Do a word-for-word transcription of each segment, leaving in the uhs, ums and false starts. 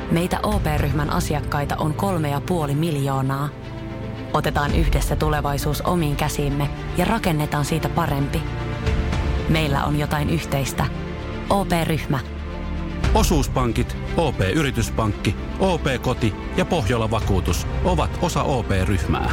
Meitä O P-ryhmän asiakkaita on kolme ja puoli miljoonaa. Otetaan yhdessä tulevaisuus omiin käsiimme ja rakennetaan siitä parempi. Meillä on jotain yhteistä. O P-ryhmä. Osuuspankit, O P-yrityspankki, O P-koti ja Pohjola Vakuutus ovat osa O P-ryhmää.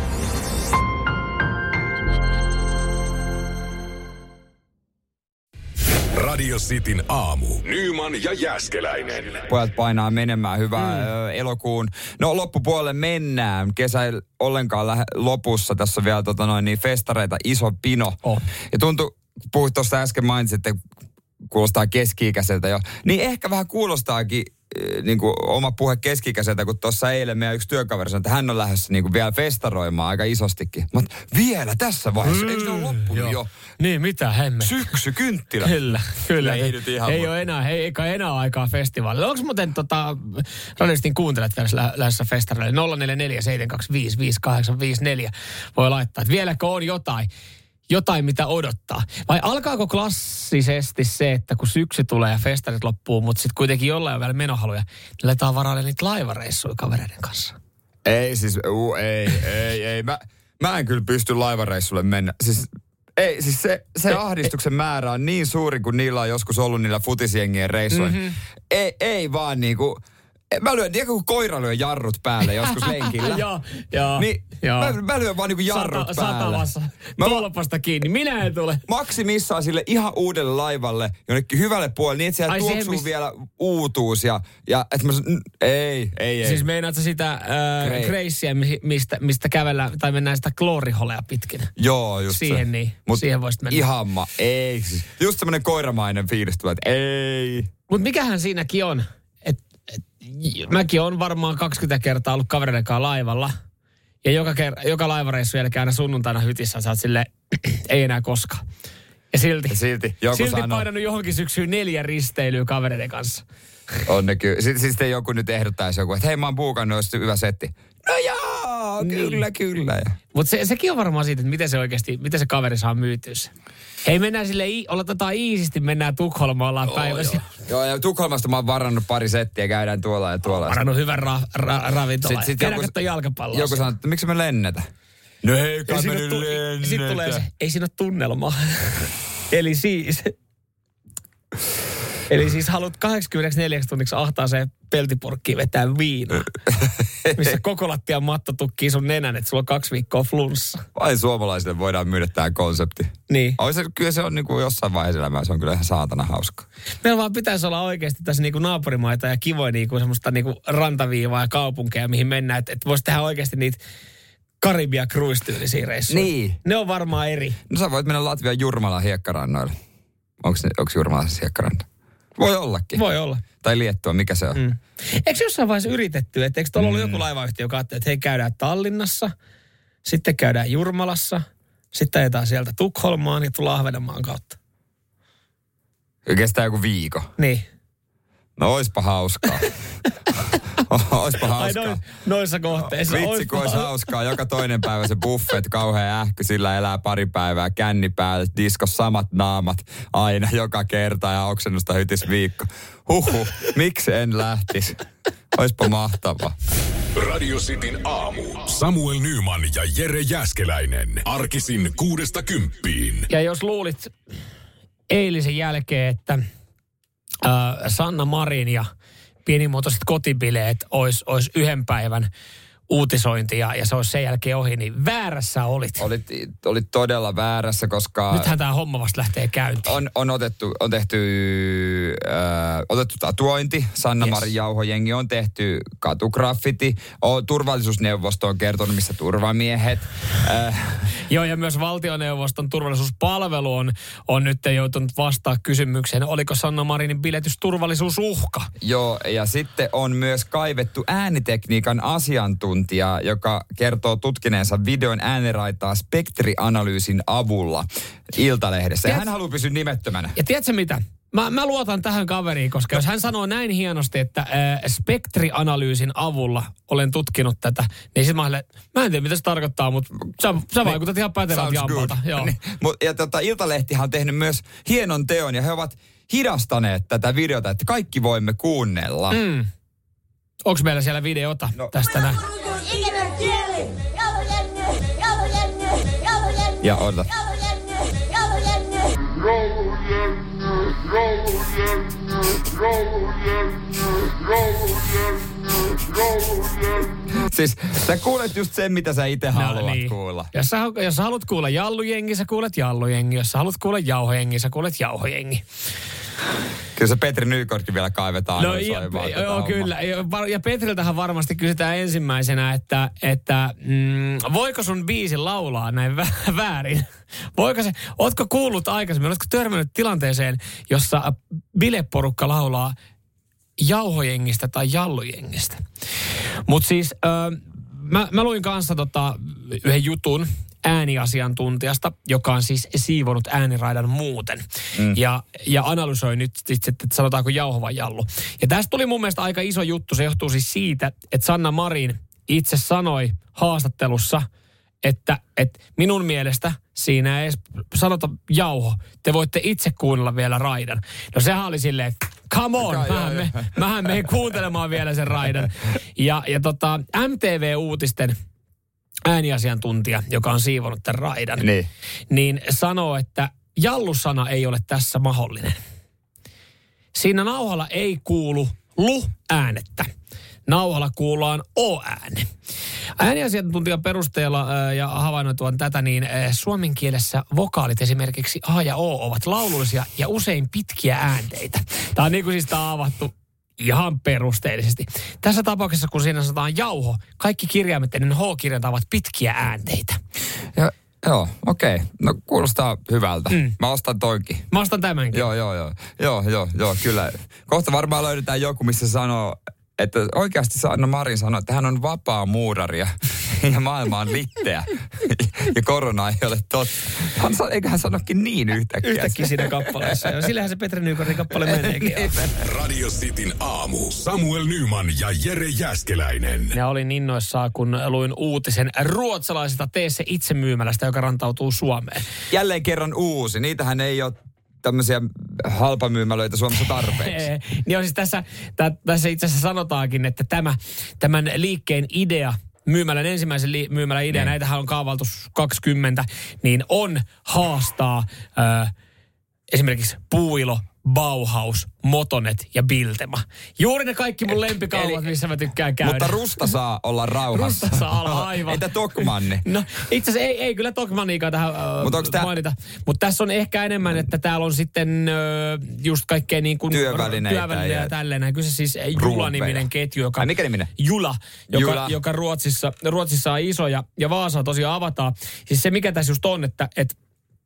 Radio Cityn aamu. Nyman ja Jääskeläinen. Pojat painaa menemään. Hyvää mm. elokuun. No loppupuolelle mennään. Kesä ei ollenkaan lähe lopussa. Tässä on vielä tota noin, niin festareita iso pino. Oh. Ja tuntui, puhuit tuosta äsken mainitsit, että kuulostaa keski-ikäiseltä jo. Niin ehkä vähän kuulostaakin niin kuin oma puhe keski-ikäiseltä, kun tuossa eilen meidän yksi työkaveri sanoi, että hän on lähdössä niin kuin vielä festaroimaan aika isostikin. Mutta vielä tässä vaiheessa, mm, eikö ne ole loppunut jo? jo? Niin, mitä hemme? Syksy, kynttilä. Kyllä, kyllä. Ei, nyt ihan ei ole enää, ei, eikä enää aikaa festivaalille. Onko muuten tota, radistin kuuntelet vielä lähdössä festareille? nolla neljä neljä seitsemän kaksi viisi viisi kahdeksan viisi neljä voi laittaa, että vieläkö on jotain. Jotain, mitä odottaa. Vai alkaako klassisesti se, että kun syksy tulee ja festarit loppuu, mutta sitten kuitenkin jollain on vielä menohaluja, niin aletaan varailla niitä laivareissuja kavereiden kanssa? Ei siis, uu, ei, ei, ei. Mä, mä en kyllä pysty laivareissulle mennä. Siis, ei, siis se, se ei, ahdistuksen ei. määrä on niin suuri, kun niillä on joskus ollut niillä futisjengien reissuilla. Mm-hmm. Ei, ei vaan niinku... Mä lyön, tiedätkö kun koira lyö jarrut päälle joskus lenkillä? Joo, joo. Niin joo. Mä, mä lyön vaan niinku jarrut Sata, päälle. Satavassa. Tolpasta kiinni. Minä en tule. Maksimissaan sille ihan uudelle laivalle, jonnekin hyvälle puolelle, niin että siellä Ai tuoksuu siihen, mis... vielä uutuus. Ja, ja että mä sanon, ei, ei, ei. Siis meinaatko sitä äh, Gracea, mistä, mistä kävellään, tai mennään sitä glooriholea pitkin? Joo, just siihen se. Niin, Mut siihen voisit mennä. Ihan ma, ei. Siis, just semmoinen koiramainen fiilis tulee, että ei. Mut mikähän siinäkin on? Mäkin on varmaan kaksikymmentä kertaa ollut kavereiden kanssa laivalla. Ja joka, ker- joka laivareissu jälkeen aina sunnuntaina hytissä sä oot silleen, ei enää koskaan. Ja silti, ja silti, joku silti sanoo, painanut johonkin syksyyn neljä risteilyä kavereiden kanssa. On ne kyllä. Siis sitten joku nyt ehdottaisi joku, että hei mä oon buukannut, olisi hyvä setti. No joo, kyllä, niin. kyllä. Mutta se, sekin on varmaan siitä, että miten se oikeasti, miten se kaveri saa myytyä se. Hei, mennään silleen, oletetaan iisisti, mennään Tukholmaan, ollaan oh, päivässä. Joo. joo, ja Tukholmasta mä oon varannut pari settiä, käydään tuolla ja tuolla. Varannut hyvän ra, ra, ravintola. Sitten sit käydään katsoa jalkapalloa. Joku sanoo, että miksi me lennetä? No hei, kai me nyt tu- lennetä. Sitten tulee se, ei siinä ole tunnelmaa. Eli siis... Eli siis haluat kahdeksankymmentäneljä tunniksi ahtaaseen peltipurkkiin vetää viinaa, missä koko lattian matto tukkii sun nenän, että sulla on kaksi viikkoa flunssa. Vai suomalaisille voidaan myydä tämä konsepti. Niin. Se, kyllä se on niin kuin jossain vaiheessa elämää, se on kyllä ihan saatana hauska. Meillä vaan pitäisi olla oikeasti tässä niin kuin naapurimaita ja kivoja niin kuin semmoista niin kuin rantaviivaa ja kaupunkeja, mihin mennään. Että et voisi tehdä oikeasti niitä Karibia cruise-tyylisiä reissuja. Niin. Ne on varmaan eri. No sä voit mennä Latvian Jurmalan hiekkarannoille. Onko Jurmalassa hiekkaranta? Voi ollakin. Voi olla. Tai Liettua, mikä se on? Mm. Eikö jossain vaiheessa yritetty, että eikö tuolla mm. ollut joku laivayhtiö, joka ajatteli, että hei käydään Tallinnassa, sitten käydään Jurmalassa, sitten ajetaan sieltä Tukholmaan ja tullaan Ahvenanmaan kautta. Ja kestää joku viikko. Niin. No oispa hauskaa. Oispa hauskaa. Ai noin, noissa kohteissa. No, vitsi kun olisi hauskaa. Joka toinen päivä se buffet, kauhea ähky, sillä elää pari päivää, känni päälle, diskos samat naamat aina joka kerta ja oksennusta hytis viikko. Huhhuh, miksi en lähtisi? Oispa mahtavaa. Radio Cityn aamu. Samuel Nyman ja Jere Jääskeläinen. Arkisin kuudesta kymppiin. Ja jos luulit eilisen jälkeen, että äh, Sanna Marin ja pienimuotoiset kotibileet olisi olis yhden päivän uutisointia ja se olisi sen jälkeen ohi, niin väärässä olit. Olit, olit todella väärässä, koska... Nythän tämä homma vasta lähtee käyntiin. On, on, otettu, on tehty, äh, otettu tatuointi, Sanna yes. Marin jauhojengi on tehty katugraffiti, on, turvallisuusneuvosto on kertonut, missä turvamiehet. Äh. Joo, ja myös valtioneuvoston turvallisuuspalvelu on, on nyt joutunut vastaan kysymykseen, oliko Sanna Marinin biletys turvallisuusuhka? Joo, ja sitten on myös kaivettu äänitekniikan asiantuntija, joka kertoo tutkineensa videon ääniraitaa spektrianalyysin avulla Iltalehdessä. Ja hän haluaa pysyä nimettömänä. Ja tiedätkö mitä? Mä, mä luotan tähän kaveriin, koska jos hän sanoo näin hienosti, että äh, spektrianalyysin avulla olen tutkinut tätä, niin sit mä olen, mä en tiedä mitä se tarkoittaa, mutta sä, sä vaikutat ihan pätevältä jampalta. Niin, ja tota, Iltalehtihan on tehnyt myös hienon teon ja he ovat hidastaneet tätä videota, että kaikki voimme kuunnella. Mm. onko meillä siellä videota no. tästä näin? Ja odota. Siis sä kuulet just sen, mitä sä itse no, haluat niin. kuulla. Jos sä, jos sä haluat kuulla jallujengi, sä kuulet jallujengi. Jos sä haluat kuulla jauhojengi, sä kuulet jauhojengi. Kyllä se Petri Nykorkin vielä kaivetaan. No ja, joo, kyllä. Ja Petriltähän varmasti kysytään ensimmäisenä, että, että mm, voiko sun biisi laulaa näin vä- väärin? Voiko se, ootko kuullut aikaisemmin, ootko törmännyt tilanteeseen, jossa bileporukka laulaa jauhojengistä tai jallujengistä? Mutta siis äh, mä, mä luin kanssa tota, yhden jutun ääniasiantuntijasta, joka on siis siivonut ääniraidan muuten. Mm. Ja, ja analysoi nyt sitten, että sanotaanko jauho vai jallu. Ja tästä tuli mun mielestä aika iso juttu. Se johtuu siis siitä, että Sanna Marin itse sanoi haastattelussa, että, että minun mielestä siinä ei edes sanota jauho. Te voitte itse kuunnella vielä raidan. No sehän oli silleen, että come on, mähän, me, mähän menen kuuntelemaan vielä sen raidan. Ja, ja tota, M T V-uutisten ääniasiantuntija, joka on siivonut tämän raidan, niin, niin sanoo, että jallusana ei ole tässä mahdollinen. Siinä nauhalla ei kuulu lu-äänettä. Nauhalla kuullaan o-ääne. Ääniasiantuntijan perusteella ää, ja havainnoituaan tätä, niin ää, suomen kielessä vokaalit esimerkiksi A ja O ovat laulullisia ja usein pitkiä äänteitä. Tämä on niin kuin siis tämä avattu ihan perusteellisesti. Tässä tapauksessa, kun siinä sanotaan jauho, kaikki kirjaimet ennen H-kirjainta ovat pitkiä äänteitä. Ja, joo, okei. Okay. No kuulostaa hyvältä. Mm. Mä ostan toinkin. Mä ostan tämänkin. Joo, joo, joo. Joo, joo, joo, kyllä. Kohta varmaan löydetään joku, missä sanoo, että oikeasti Sanna Marin sanoi, että hän on vapaa muurari ja, ja maailma on litteä. Ja korona ei ole totta. Hän, eikä hän sanokin niin yhtäkkiä. Yhtäkkiä siinä kappaleessa. Ja sillähän se Petri Nykortin kappale meneekin. Radio Cityn aamu. Samuel Nyman ja Jere Jääskeläinen. Ja olin innoissaan, kun luin uutisen ruotsalaisesta Tee se itse myymälästä, joka rantautuu Suomeen. Jälleen kerran uusi. Niitähän ei ole tämmöisiä halpamyymälöitä Suomessa tarpeeksi. Niin on siis tässä, tä, tässä itse asiassa sanotaankin, että tämä, tämän liikkeen idea, myymälän ensimmäisen li, myymälän idea, ne. Näitähän on kaavailtu kaksikymmentä, niin on haastaa äh, esimerkiksi Puuilo, Bauhaus, Motonet ja Biltema. Juuri ne kaikki mun lempikaupat, missä mä tykkään käydä. Mutta Rusta saa olla rauhassa. Rusta saa olla aivan. Entä Tokmanni? No itse asiassa ei, ei kyllä Tokmanniikaan tähän uh, tää... mainita. Mutta tässä on ehkä enemmän, että täällä on sitten uh, just kaikkea niin kuin työvälineitä, työvälineitä ja tälleen. Kyllä se siis Jula-niminen ketju, joka... Ai mikä niminen? Jula, joka, Jula. joka Ruotsissa, Ruotsissa on iso ja, ja Vaasaa tosiaan avataan. Siis se mikä tässä just on, että et,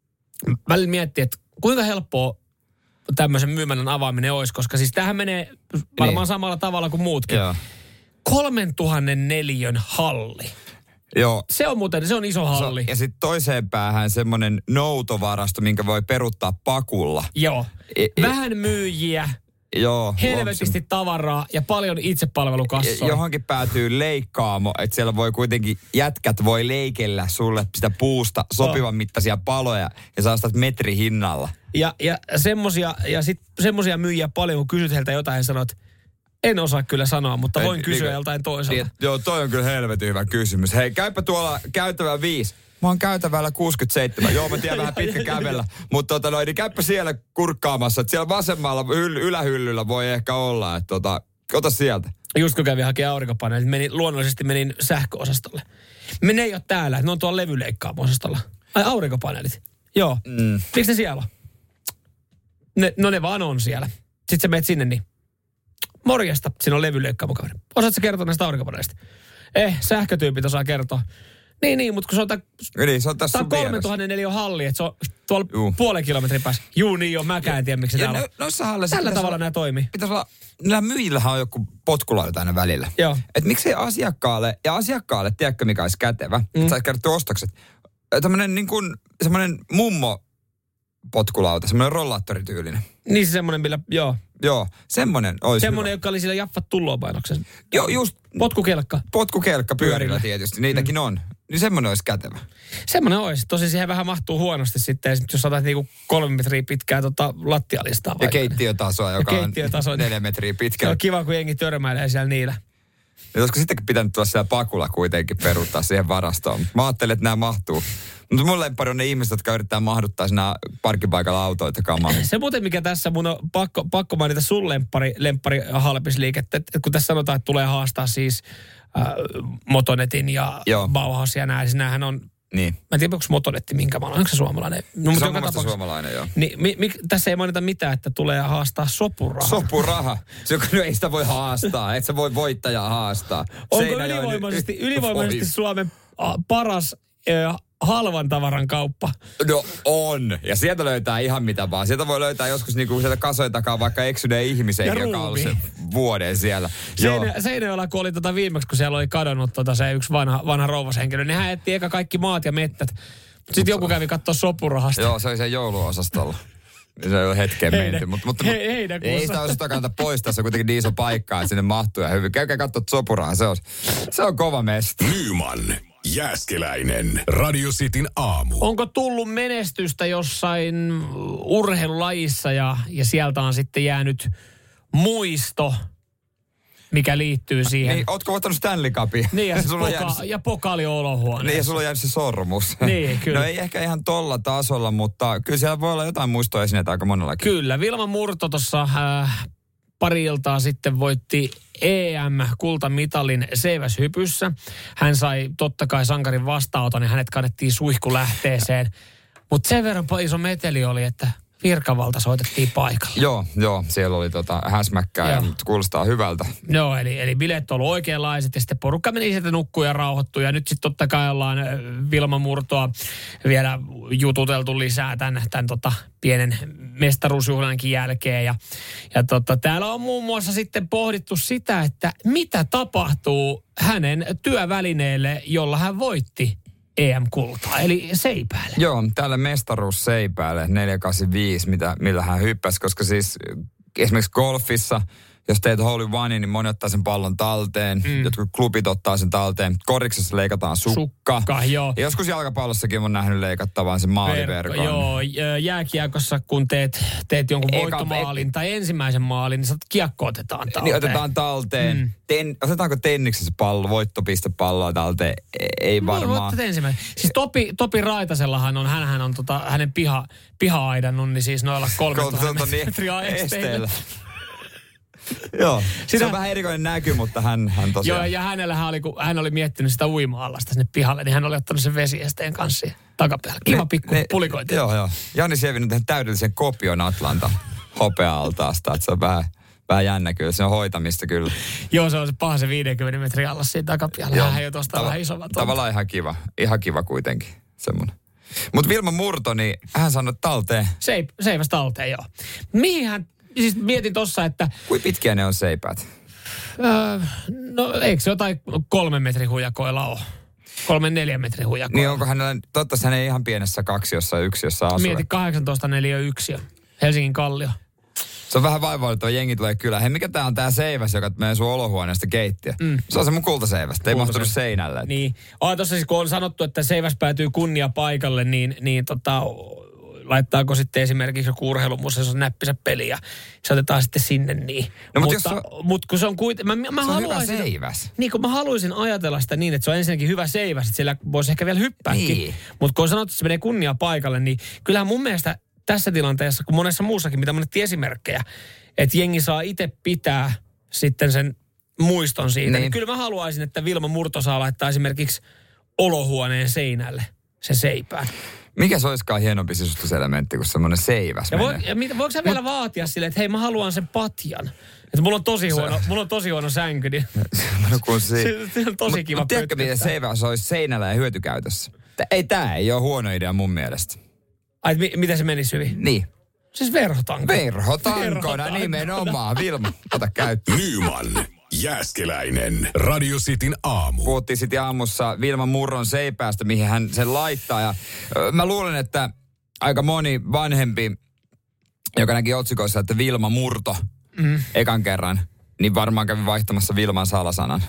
välillä miettii, että kuinka helppoa tämmöisen myymälän avaaminen olisi, koska siis tämähän menee varmaan niin samalla tavalla kuin muutkin. Joo. Kolmen tuhannen neliön halli. Joo. Se on muuten, se on iso halli. Ja sitten toiseen päähän semmoinen noutovarasto, minkä voi peruttaa pakulla. Joo. E, e, Vähän myyjiä. Joo. Helvetisti tavaraa ja paljon itsepalvelukassoja. Johonkin päätyy leikkaamo, että siellä voi kuitenkin, jätkät voi leikellä sulle sitä puusta sopivan mittaisia paloja ja saa sitä metri hinnalla. Ja, ja semmosia, ja sit semmosia myyjiä paljon, kun kysyt heiltä jotain ja sanot, en osaa kyllä sanoa, mutta voin en, kysyä niin, joltain toiselta. Niin, joo, toi on kyllä helvetin hyvä kysymys. Hei, käypä tuolla käytävä viisi. Mä oon käytävällä kuusikymmentäseitsemän. Joo, mä tiedän vähän pitkä kävellä. Mutta tota noin, niin käypä siellä kurkkaamassa. Että siellä vasemmalla yl- ylähyllyllä voi ehkä olla. Että tota, ota sieltä. Just kun kävin hakemaan aurinkopaneelit, menin, luonnollisesti menin sähköosastolle. Me ne ei ole täällä, ne on tuolla levyleikkaamo-osastolla. Ai aurinkopaneelit. Joo. Mm. Miksi ne siellä on? Ne, no ne vaan on siellä. Sitten sä menet sinne niin. Morjesta, siinä on levyleikkaamokauden. Osaatko sä kertoa näistä aurinkopaneelista? Eh, sähkötyypit osaa kertoa. Niin, niin, mutta kun se on, tää, niin, se on tässä on kolmetuhatta neliön halli, että se on tuolla Juu. puolen kilometrin päässä. Juu, niin on, mäkään en tiedä, miksi se täällä on. Noissa hallissa tällä tavalla olla, nämä toimii. Pitäisi olla, näillä myyjillähän on joku potkulaita aina välillä. Joo. Että miksei asiakkaalle, ja asiakkaalle, tiedätkö mikä olisi kätevä, mm. että sä kerrottu ostokset. Tämmöinen niin kuin, semmoinen mummo potkulauta, semmoinen rollaattorityylinen. Niin se semmoinen, millä, joo. Joo, semmoinen olisi semmoinen, hyvä. joka oli sillä Jaffat tulloon-painoksessa. Joo, just. Potkukelkka. Potkukelkka pyörillä tietysti, niitäkin mm. on. Niin semmoinen olisi kätevä. Semmoinen olisi. Tosi siihen vähän mahtuu huonosti sitten, jos otat niinku kolme metriä pitkää tota lattialistaa. Ja keittiötasoa, joka keittiötaso, on neljä metriä pitkä. Se on kiva, kun jengi törmäilee siellä niillä. Niin olisiko sittenkin pitänyt tulla siellä pakulla kuitenkin peruuttaa siihen varastoon. Mä ajattelin, että nämä mahtuu. Mutta mun lemppari on ne ihmiset, jotka yrittää mahduttaa siinä parkkipaikalla autoita kamaa. Se muuten, mikä tässä mun on pakko, pakko mainita sun lemppari, lemppari halpisliikettä, että kun tässä sanotaan, että tulee haastaa siis äh, Motonetin ja Bauhaus ja näin, siis näähän on. Niin. Mä en tiedä, onko Motonetti minkä maalainen, onko se suomalainen? No, se on mun mielestä suomalainen, joo. Niin, mi, mi, tässä ei mainita mitään, että tulee haastaa sopuraha. Sopuraha? Se, no ei sitä voi haastaa, et sä voi voittajaa haastaa. Onko ylivoimaisesti, ylivoimaisesti Suomen paras äh, halvan tavaran kauppa? No on. Ja sieltä löytää ihan mitä vaan. Sieltä voi löytää joskus niinku sieltä kasojen takaa vaikka eksyneen ihmisen, joka on ollut sen vuoden siellä. Seinä, Seinäjoella, kun oli tota viimeksi, kun siellä oli kadonnut tota se yksi vanha, vanha rouvashenkilö, niin hän etti eka kaikki maat ja mettät. Sitten joku kävi katsoa sopurahasta. Joo, se oli sen jouluosastolla. Se ei ole hetkeen menty. Mutta, mutta, He, heinäkuussa. Ei sitä osastoa kannata poistaa. Se on kuitenkin niin iso paikka, että sinne mahtuu. Ja hyvin. Käykää katsoa sopurahaa. Se on, se on kova mesta. Nyman, Jääskeläinen, Radio Cityn aamu. Onko tullut menestystä jossain urheilulajissa ja, ja sieltä on sitten jäänyt muisto, mikä liittyy siihen? Niin, ootko ottanut Stanley Cupia? Niin, ja, poka- jäänyt... ja pokaali olohuoneessa. Niin, ja sulla on jäänyt se sormus. Niin, kyllä. No ei ehkä ihan tolla tasolla, mutta kyllä siellä voi olla jotain muistoesineitä aika monellakin. Kyllä, Vilma Murto tuossa äh, pari iltaa sitten voitti E M-kultamitalin seiväshypyssä. Hän sai totta kai sankarin vastaanoton ja hänet kannettiin suihkulähteeseen. Mutta sen verran iso meteli oli, että virkavalta soitettiin paikalle. Joo, joo. Siellä oli tota häsmäkkää ja kuulostaa hyvältä. Joo, eli, eli bileet on ollut oikeanlaiset ja sitten porukka meni sieltä nukkuu ja rauhoittui. Ja nyt sitten totta kai ollaan Vilma Murtoa vielä jututeltu lisää tämän, tämän tota pienen mestaruusjuhlankin jälkeen. Ja, ja tota, täällä on muun muassa sitten pohdittu sitä, että mitä tapahtuu hänen työvälineelle, jolla hän voitti E M-kultaa, eli seipäälle. Joo, täällä mestaruus seipäälle neljä kahdeksankymmentäviisi, mitä, millä hän hyppäsi, koska siis esimerkiksi golfissa, jos teet hole in one, niin moni ottaa sen pallon talteen, mm. jotkut klubit ottaa sen talteen. Koriksessa leikataan sukka. Sukka, joo. Ja joskus jalkapallossakin on nähnyt leikattavan sen maaliverkon. Joo, jääkiekossa kun teet, teet jonkun Eka, voittomaalin e- tai ensimmäisen maalin, niin kiekko otetaan talteen. Niin otetaan talteen. Mm. Ten, otetaanko tenniksessä pallo, voittopistepalloa talteen? Ei varmaan. No, ensimmäinen. Siis Topi, Topi Raitasellahan on, hänhän on tota, hänen piha, piha-aidannut, niin siis noilla kolmetoista metriä esteillä. Joo, sitä, se on vähän erikoinen näky, mutta hän, hän tosiaan... Joo, ja hänellähän oli, kun hän oli miettinyt sitä uima-allasta sinne pihalle, niin hän oli ottanut sen vesiesteen kanssa takapäällä. Kiva pikku pulikointi. Joo, joo. Jani Sievin on tehnyt täydellisen kopion Atlanta hopea-altaasta, että se on vähän, vähän jännä kyllä. Se on hoitamista kyllä. Joo, se on se paha se viidenkymmenen metrin alla siinä takapihalla. Hän ei ole tuosta vähän isommat. Tavallaan ihan kiva. Ihan kiva kuitenkin semmoinen. Mutta Vilma Murto, niin hän sanoi talteen. Seip, seiväs talteen, joo. Mihin hän... Siis mietin tossa, että... Kuinka pitkiä ne on seipäät? Öö, no eikö se jotain kolmen metrin hujakoilla ole? Kolmen neljän metrin hujakoilla. Niin onko hänellä... Toivottavasti hän ei ihan pienessä kaksiossa yksiössä asu. Mieti kahdeksantoista neliö yksiö. Helsingin Kallio. Se on vähän vaivauduttava, jengi tulee kyllä. Hei, mikä tää on tää seiväs, joka menee sun olohuoneesta keittiö? Mm. Se on se mun kultaseiväs. Ei mahtunut seinälle. Niin. Oh, tossa siis kun on sanottu, että seiväs päätyy kunnia paikalle, niin, niin tota... laittaako sitten esimerkiksi joku urheilumuseossa näppisä peli ja se otetaan sitten sinne niin. No, mutta, mutta, on, mutta kun se on kuitenkin... Mä, mä se on haluaisin, hyvä seiväs. Niin kun mä haluaisin ajatella sitä niin, että se on ensinnäkin hyvä seiväs, että siellä voisi ehkä vielä hyppääkin. Niin. Mutta kun on sanottu, että se menee kunnia paikalle, niin kyllähän mun mielestä tässä tilanteessa, kun monessa muussakin, mitä monet esimerkkejä, että jengi saa itse pitää sitten sen muiston siitä. Niin. Niin kyllä mä haluaisin, että Vilma Murto saa laittaa esimerkiksi olohuoneen seinälle se seipään. Mikä se olisikaan hienompi sisustuselementti kuin semmoinen seiväs ja, voi, ja mit, voiko sä vielä Mut, vaatia silleen, että hei mä haluan sen patjan? Että mulla on tosi huono, mulla on tosi huono sänky, niin no, kun se, se on tosi kiva. Mutta tiedätkö, miten seiväs olisi seinällä ja hyötykäytössä? Ei, tää ei ole huono idea mun mielestä. Ai, mi, miten se menisi hyvin? Niin. Siis verhotanko? Verhotankona nimenomaan. Vilma, ota käyttöön. Nyman, Jääskeläinen, Radio Cityn aamu. Puhuttiin sitten aamussa Vilma Murron seipäästä, mihin hän sen laittaa. Ja, ö, mä luulen, että aika moni vanhempi, joka näki otsikoissa, että Vilma Murto mm. ekan kerran, niin varmaan kävi vaihtamassa Vilman salasanan.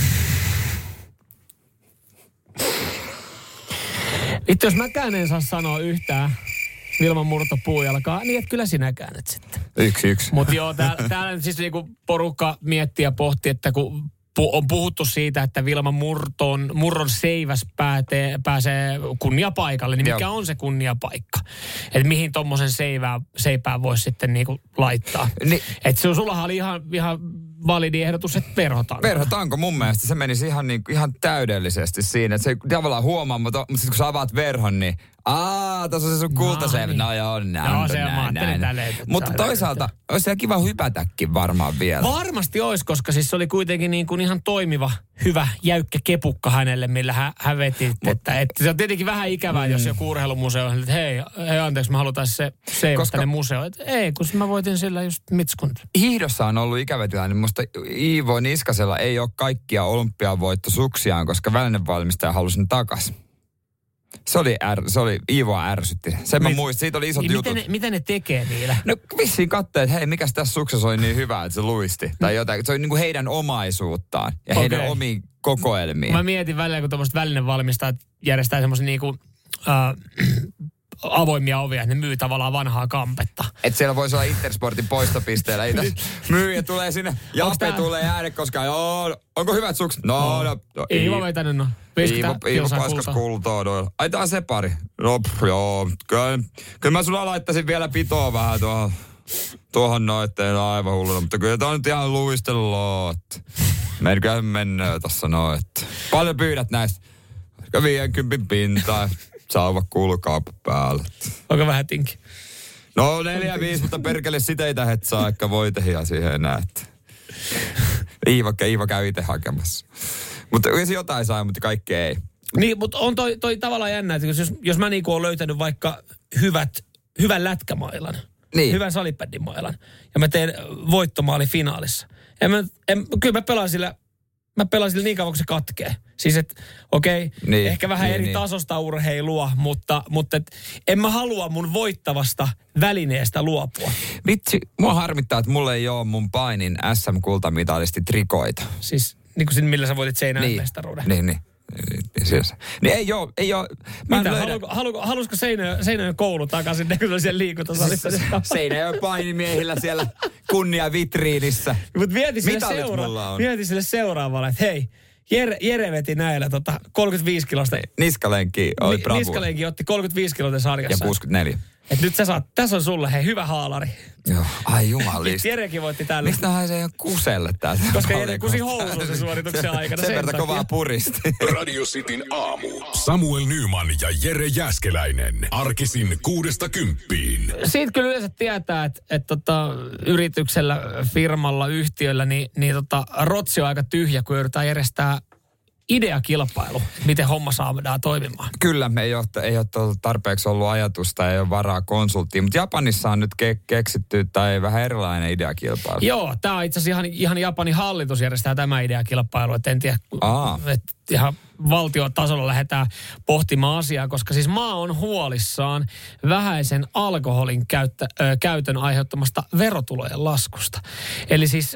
Itse jos mäkään en saa sanoa yhtään Vilma Murto puujalkaa, niin et kyllä sinäkään et sitten. Yksi, yksi. Mutta joo, täällä, täällä siis niinku porukka miettii ja pohtii, että kun on puhuttu siitä, että Vilma Murton, Murron seiväs päätee, pääsee kunniapaikalle. Niin mikä Joo. on se kunniapaikka? Että mihin tommosen seivää, seipään voisi sitten niinku laittaa. Ni- että se sullahan oli ihan, ihan validi ehdotus, että verhotanko. Verhotanko mun mielestä. Se menisi ihan, niin, ihan täydellisesti siinä. Että se ei tavallaan huomaa, mutta, mutta sitten kun sä avaat verhon, niin Aa, tässä on se sun kultaseivi. No, niin. no joo, näin. No se on, mä ajattelin tälleen. Mutta toisaalta olisi siellä kiva hypätäkin varmaan vielä. Varmasti olisi, koska siis se oli kuitenkin niin kuin ihan toimiva, hyvä, jäykkä kepukka hänelle, millä hän, hän veti. Mut, että, että se on tietenkin vähän ikävää, mm. jos joku urheilumuseo on, että hei, hei anteeksi, mä halutaan se seivä tänne museoon. Että ei, kun mä voitin sillä just mitskun. Hiihdossa on ollut ikävä tilanne. Musta Iivo Niskasella ei ole kaikkia olympiavoittosuksiaan, koska välinevalmistaja halusi ne takas. Se oli, är, se oli Iivoa ärsytti. Sen mä muistin, siitä oli isot niin jutut. Miten ne, mitä ne tekee niillä? No vissiin katsoi, että hei, mikäs tässä suksessa oli niin hyvä, että se luisti. Tai jotain. Se oli niin kuin heidän omaisuuttaan ja okay. heidän omiin kokoelmiin. Mä mietin välillä, kun tuommoiset välinevalmistajat järjestää semmoisen niin kuin äh, avoimia ovia, että ne myy tavallaan vanhaa kampetta. Että siellä voisi olla Intersportin poistopisteellä. Myyjä tulee sinne, Jape tulee Äänekoskaan. Joo, onko hyvät sukset? No, no. no Iivo vetänyt no. Iivo, Iivo paskas kultaa noilla. Ai tää on se pari. No pff, joo. Kyllä, kyllä mä sulla laittaisin vielä pitoa vähän tuohon. Tuohon noin, ettei aivan hulluna. Mutta kyllä tää on nyt ihan luistelua. Meidänköhän mennään tässä noin. Paljon pyydät näistä. Ehkä viidenkympin pintaa. Sauva kuulukaupu päälle. Onko vähän tinki? No neljä viisi, mutta perkele siteitä et saa, ehkä voitehia siihen enää. Iivo, Iivo käy itse hakemassa. Mutta jos jotain saa, mutta kaikki ei. Niin, mutta on toi, toi tavallaan jännä, että jos, jos mä niinku oon löytänyt vaikka hyvät, hyvän lätkämailan, niin. hyvän salibändimailan, ja mä teen voittomaali finaalissa. En mä, en, kyllä mä pelaan sillä, mä pelaan sillä niin kauan, kun se katkee. Siis että okei, okay, niin, ehkä vähän niin, eri niin. tasosta urheilua, mutta, mutta et, en mä halua mun voittavasta välineestä luopua. Vitsi, mua harmittaa, että mulla ei ole mun painin S M-kultamitalisti trikoita. Siis niin kuin siinä, millä sä voitit Seinäjoen niin, mestaruuden. Niin, niin. Siis. Niin ei oo, ei oo. Mitä, halusko, halusko, halusko Seinäjoen, Seinäjoen koulu takaisin, kun on siellä liikuntasalissa? Seinäjoen painimiehillä siellä kunnia vitriinissä. Mutta mieti sille, seura- mieti sille seuraavalle, että hei, Jere, Jere veti näillä tota, kolmekymmentäviisi kilosta. Niskalenki oli Ni, bravu. Niskalenki otti kolmekymmentäviisi kiloa sarjassa. Ja kuusikymmentäneljä. Et nyt sä saat, tässä on sulle hei hyvä haalari. Joo, ai jumalista. Jerekin voitti tällä. Mistä hän se ei ole kuselle täältä? Koska Jere kusi housuun sen suorituksen aikana. Sen verran kovaa puristi. Radio Cityn aamu. Samuel Nyman ja Jere Jääskeläinen. Arkisin kuudesta kymppiin. Siitä kyllä yleensä tietää, että et tota, yrityksellä, firmalla, yhtiöllä, niin, niin tota, rotsi on aika tyhjä, kun yritetään järjestää ideakilpailu, miten homma saadaan toimimaan. Kyllä, me ei ole, ei ole tarpeeksi ollut ajatusta, ei ole varaa konsulttiin, mutta Japanissa on nyt ke- keksitty tai vähän erilainen ideakilpailu. Joo, tämä on itse asiassa ihan, ihan Japanin hallitus järjestää tämä ideakilpailu, että en tiedä, että ihan valtiotasolla lähdetään pohtimaan asiaa, koska siis maa on huolissaan vähäisen alkoholin käyttä, ö, käytön aiheuttamasta verotulojen laskusta. Eli siis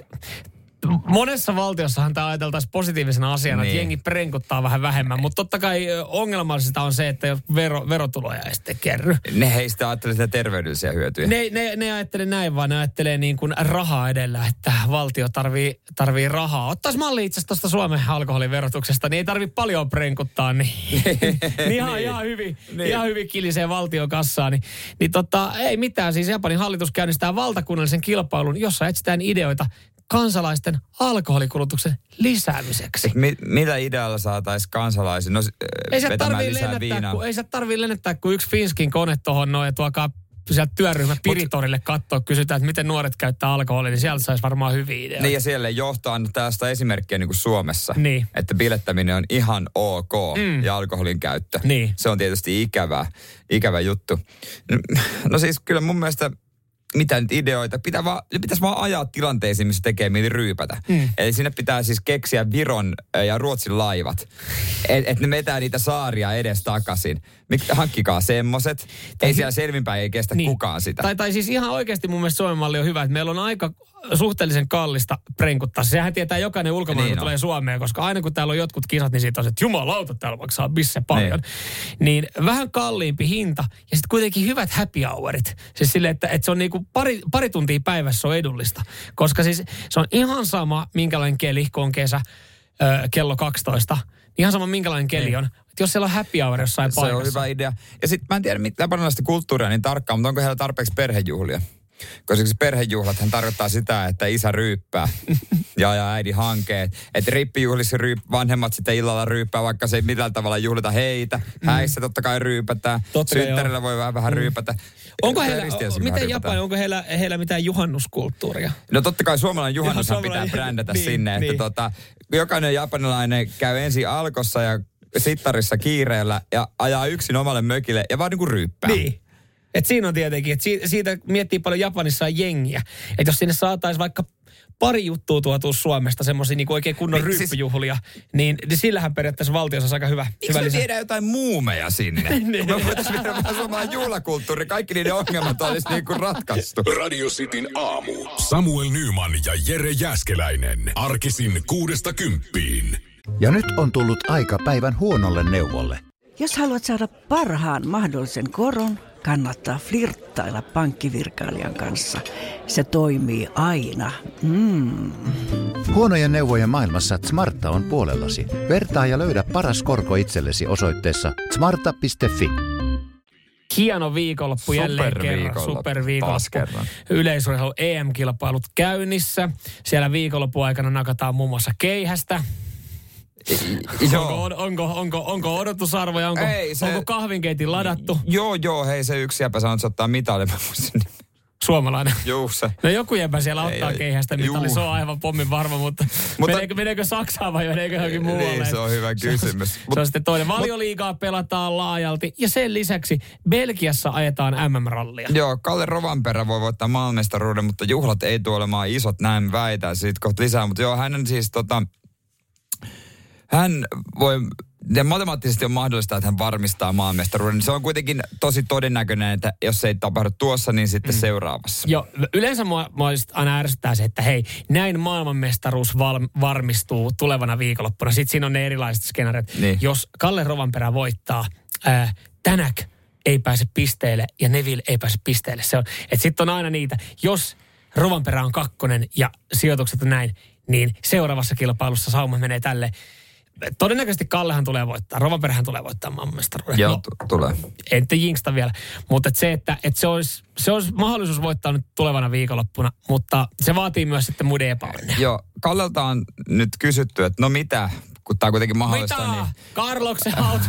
monessa valtiossahan tämä ajateltaisiin positiivisena asiana, niin. että jengi prenkuttaa vähän vähemmän, mutta totta kai ongelmallisesta on se, että jos vero, verotuloja ei sitten kerry. Ne heistä ajattelee sitä terveydellisiä hyötyjä. Ne, ne, ne ajattelee näin, vaan ne ajattelee niin kuin rahaa edellä, että valtio tarvii, tarvii rahaa. Ottaisi malli itse asiassa tuosta Suomen alkoholiverotuksesta, niin ei tarvitse paljon prenkuttaa, niin, niin ihan, niin. ihan, hyvin, niin. ihan hyvin kilisee valtion kassaan. Niin, niin tota, ei mitään, siis Japanin hallitus käynnistää valtakunnallisen kilpailun, jossa etsitään ideoita kansalaisten alkoholikulutuksen lisäämiseksi. Mi- mitä idealla saataisiin kansalaisia no, vetämään lisää viinaa? Kun, ei se tarvitse lennättää kuin yksi Finskin kone tuohon noin ja tuokaa sieltä työryhmä Piritorille katsoa, kysytään, että miten nuoret käyttää alkoholia, niin sieltä saisi varmaan hyviä ideoita. Niin ja siellä johtaa tästä esimerkkiä niin kuin Suomessa, niin. että bilettäminen on ihan ok mm. ja alkoholin käyttö. Niin. Se on tietysti ikävä, ikävä juttu. No siis kyllä mun mielestä mitä nyt ideoita, pitää vaan, pitäisi vaan ajaa tilanteisiin, missä tekee mieli ryypätä. Mm. Eli sinne pitää siis keksiä Viron ja Ruotsin laivat. Että et ne vetää niitä saaria edes takaisin. Hankkikaa semmoset. Ei siellä selvinpäin ei kestä niin. kukaan sitä. Tai, tai siis ihan oikeasti mun mielestä Suomen malli on hyvä, että meillä on aika suhteellisen kallista prenkuttaa. Sehän tietää jokainen ulkomaan, niin kun tulee Suomeen, koska aina kun täällä on jotkut kisat, niin siitä on se, että jumalauta, täällä maksaa missä paljon. Niin. niin vähän kalliimpi hinta ja sitten kuitenkin hyvät happy hourit. Siis silleen, että, että se on niinku pari, pari tuntia päivässä on edullista. Koska siis se on ihan sama, minkälainen keli, kun on kesä. ö, kello kaksitoista. Ihan sama minkälainen keli niin. on. Että jos siellä on happy hour jossain se paikassa. Se on hyvä idea. Ja sitten mä en tiedä mitään japanilaista kulttuuria niin tarkkaan, mutta onko heillä tarpeeksi perhejuhlia? Koska se perhejuhlathan tarkoittaa sitä, että isä ryyppää ja, ja äidin hankeet. Että rippijuhlissa ryyp, vanhemmat sitten illalla ryyppää, vaikka se ei millään tavalla juhlita heitä. Mm. Häissä totta kai ryypätään. Synttärillä voi vähän, vähän mm. ryypätä. Onko heillä, miten Japani, onko heillä, heillä mitään juhannuskulttuuria? No totta kai suomalainen juhannushan pitää brändätä niin, sinne. Niin. Että tota, jokainen japanilainen käy ensin Alkossa ja sittarissa kiireellä ja ajaa yksin omalle mökille ja vaan niin kuin ryyppää. Niin. Et siinä on tietenkin, että siitä, siitä miettii paljon Japanissa on jengiä. Että jos sinne saataisiin vaikka pari juttua tuotua Suomesta, semmoisia niin oikein kunnon niin, ryyppyjuhlia, siis, niin, niin sillähän periaatteessa valtiossa on aika hyvä. Miksi me viedään jotain muumeja sinne? Me voitaisiin viedä vähän suomalainen juhlakulttuuri. Kaikki niiden ongelmat olisi niin kuin ratkaistu. Radio Cityn aamu. Samuel Nyman ja Jere Jääskeläinen. Arkisin kuudesta kymppiin. Ja nyt on tullut aika päivän huonolle neuvolle. Jos haluat saada parhaan mahdollisen koron, kannattaa flirttailla pankkivirkailijan kanssa. Se toimii aina. Mm. Huonojen neuvojen maailmassa Smarta on puolellasi. Vertaa ja löydä paras korko itsellesi osoitteessa smarta piste fi. Hieno viikonloppu jälleen kerran. Superviikonloppu. Yleisurheilu E M-kilpailut käynnissä. Siellä viikonlopun aikana nakataan muun muassa keihästä. Onko, on, onko, onko, onko odotusarvoja, onko, Ei, se, onko kahvinkeitin ladattu? Joo, joo, hei se yksi jäpä sanoo, että se ottaa mitalin. Suomalainen. Juu se. No joku jäpä siellä ottaa ei, keihästä mitali, se on aivan pommin varma, mutta, mutta meneekö, meneekö Saksaan vai meneekö johonkin muualle? Niin, se on hyvä kysymys. Se on, se on sitten toinen. Valioliigaa pelataan laajalti ja sen lisäksi Belgiassa ajetaan M M-rallia. Joo, Kalle Rovanperä voi voittaa maailmanmestaruuden, mutta juhlat ei tule olemaan isot, näin väitän siitä kohta lisää. Mutta joo, hän on siis tota... Hän voi, ja matemaattisesti on mahdollista, että hän varmistaa maailmanmestaruuden. Se on kuitenkin tosi todennäköinen, että jos se ei tapahdu tuossa, niin sitten mm. seuraavassa. Joo, yleensä mua, mua aina ärsyttää se, että hei, näin maailmanmestaruus val, varmistuu tulevana viikonloppuna. Sitten siinä on ne erilaiset skenaariot. Niin. Jos Kalle Rovanperä voittaa, ää, Tänäk ei pääse pisteelle ja Neville ei pääse pisteelle. Se on, että sitten on aina niitä, jos Rovanperä on kakkonen ja sijoitukset on näin, niin seuraavassa kilpailussa sauma menee tälle. Todennäköisesti Kallehan tulee voittaa. Rovanperähän tulee voittaa maailmanmestaruuden. Joo, no, t- tulee. En te jinksta vielä. Mutta et se, että et se, olisi, se olisi mahdollisuus voittaa nyt tulevana viikonloppuna, mutta se vaatii myös sitten muiden epäonnea. Joo, Kallelta on nyt kysytty, että no mitä, kun tämä on kuitenkin mahdollista. Mitä? Niin... Karloksen auto.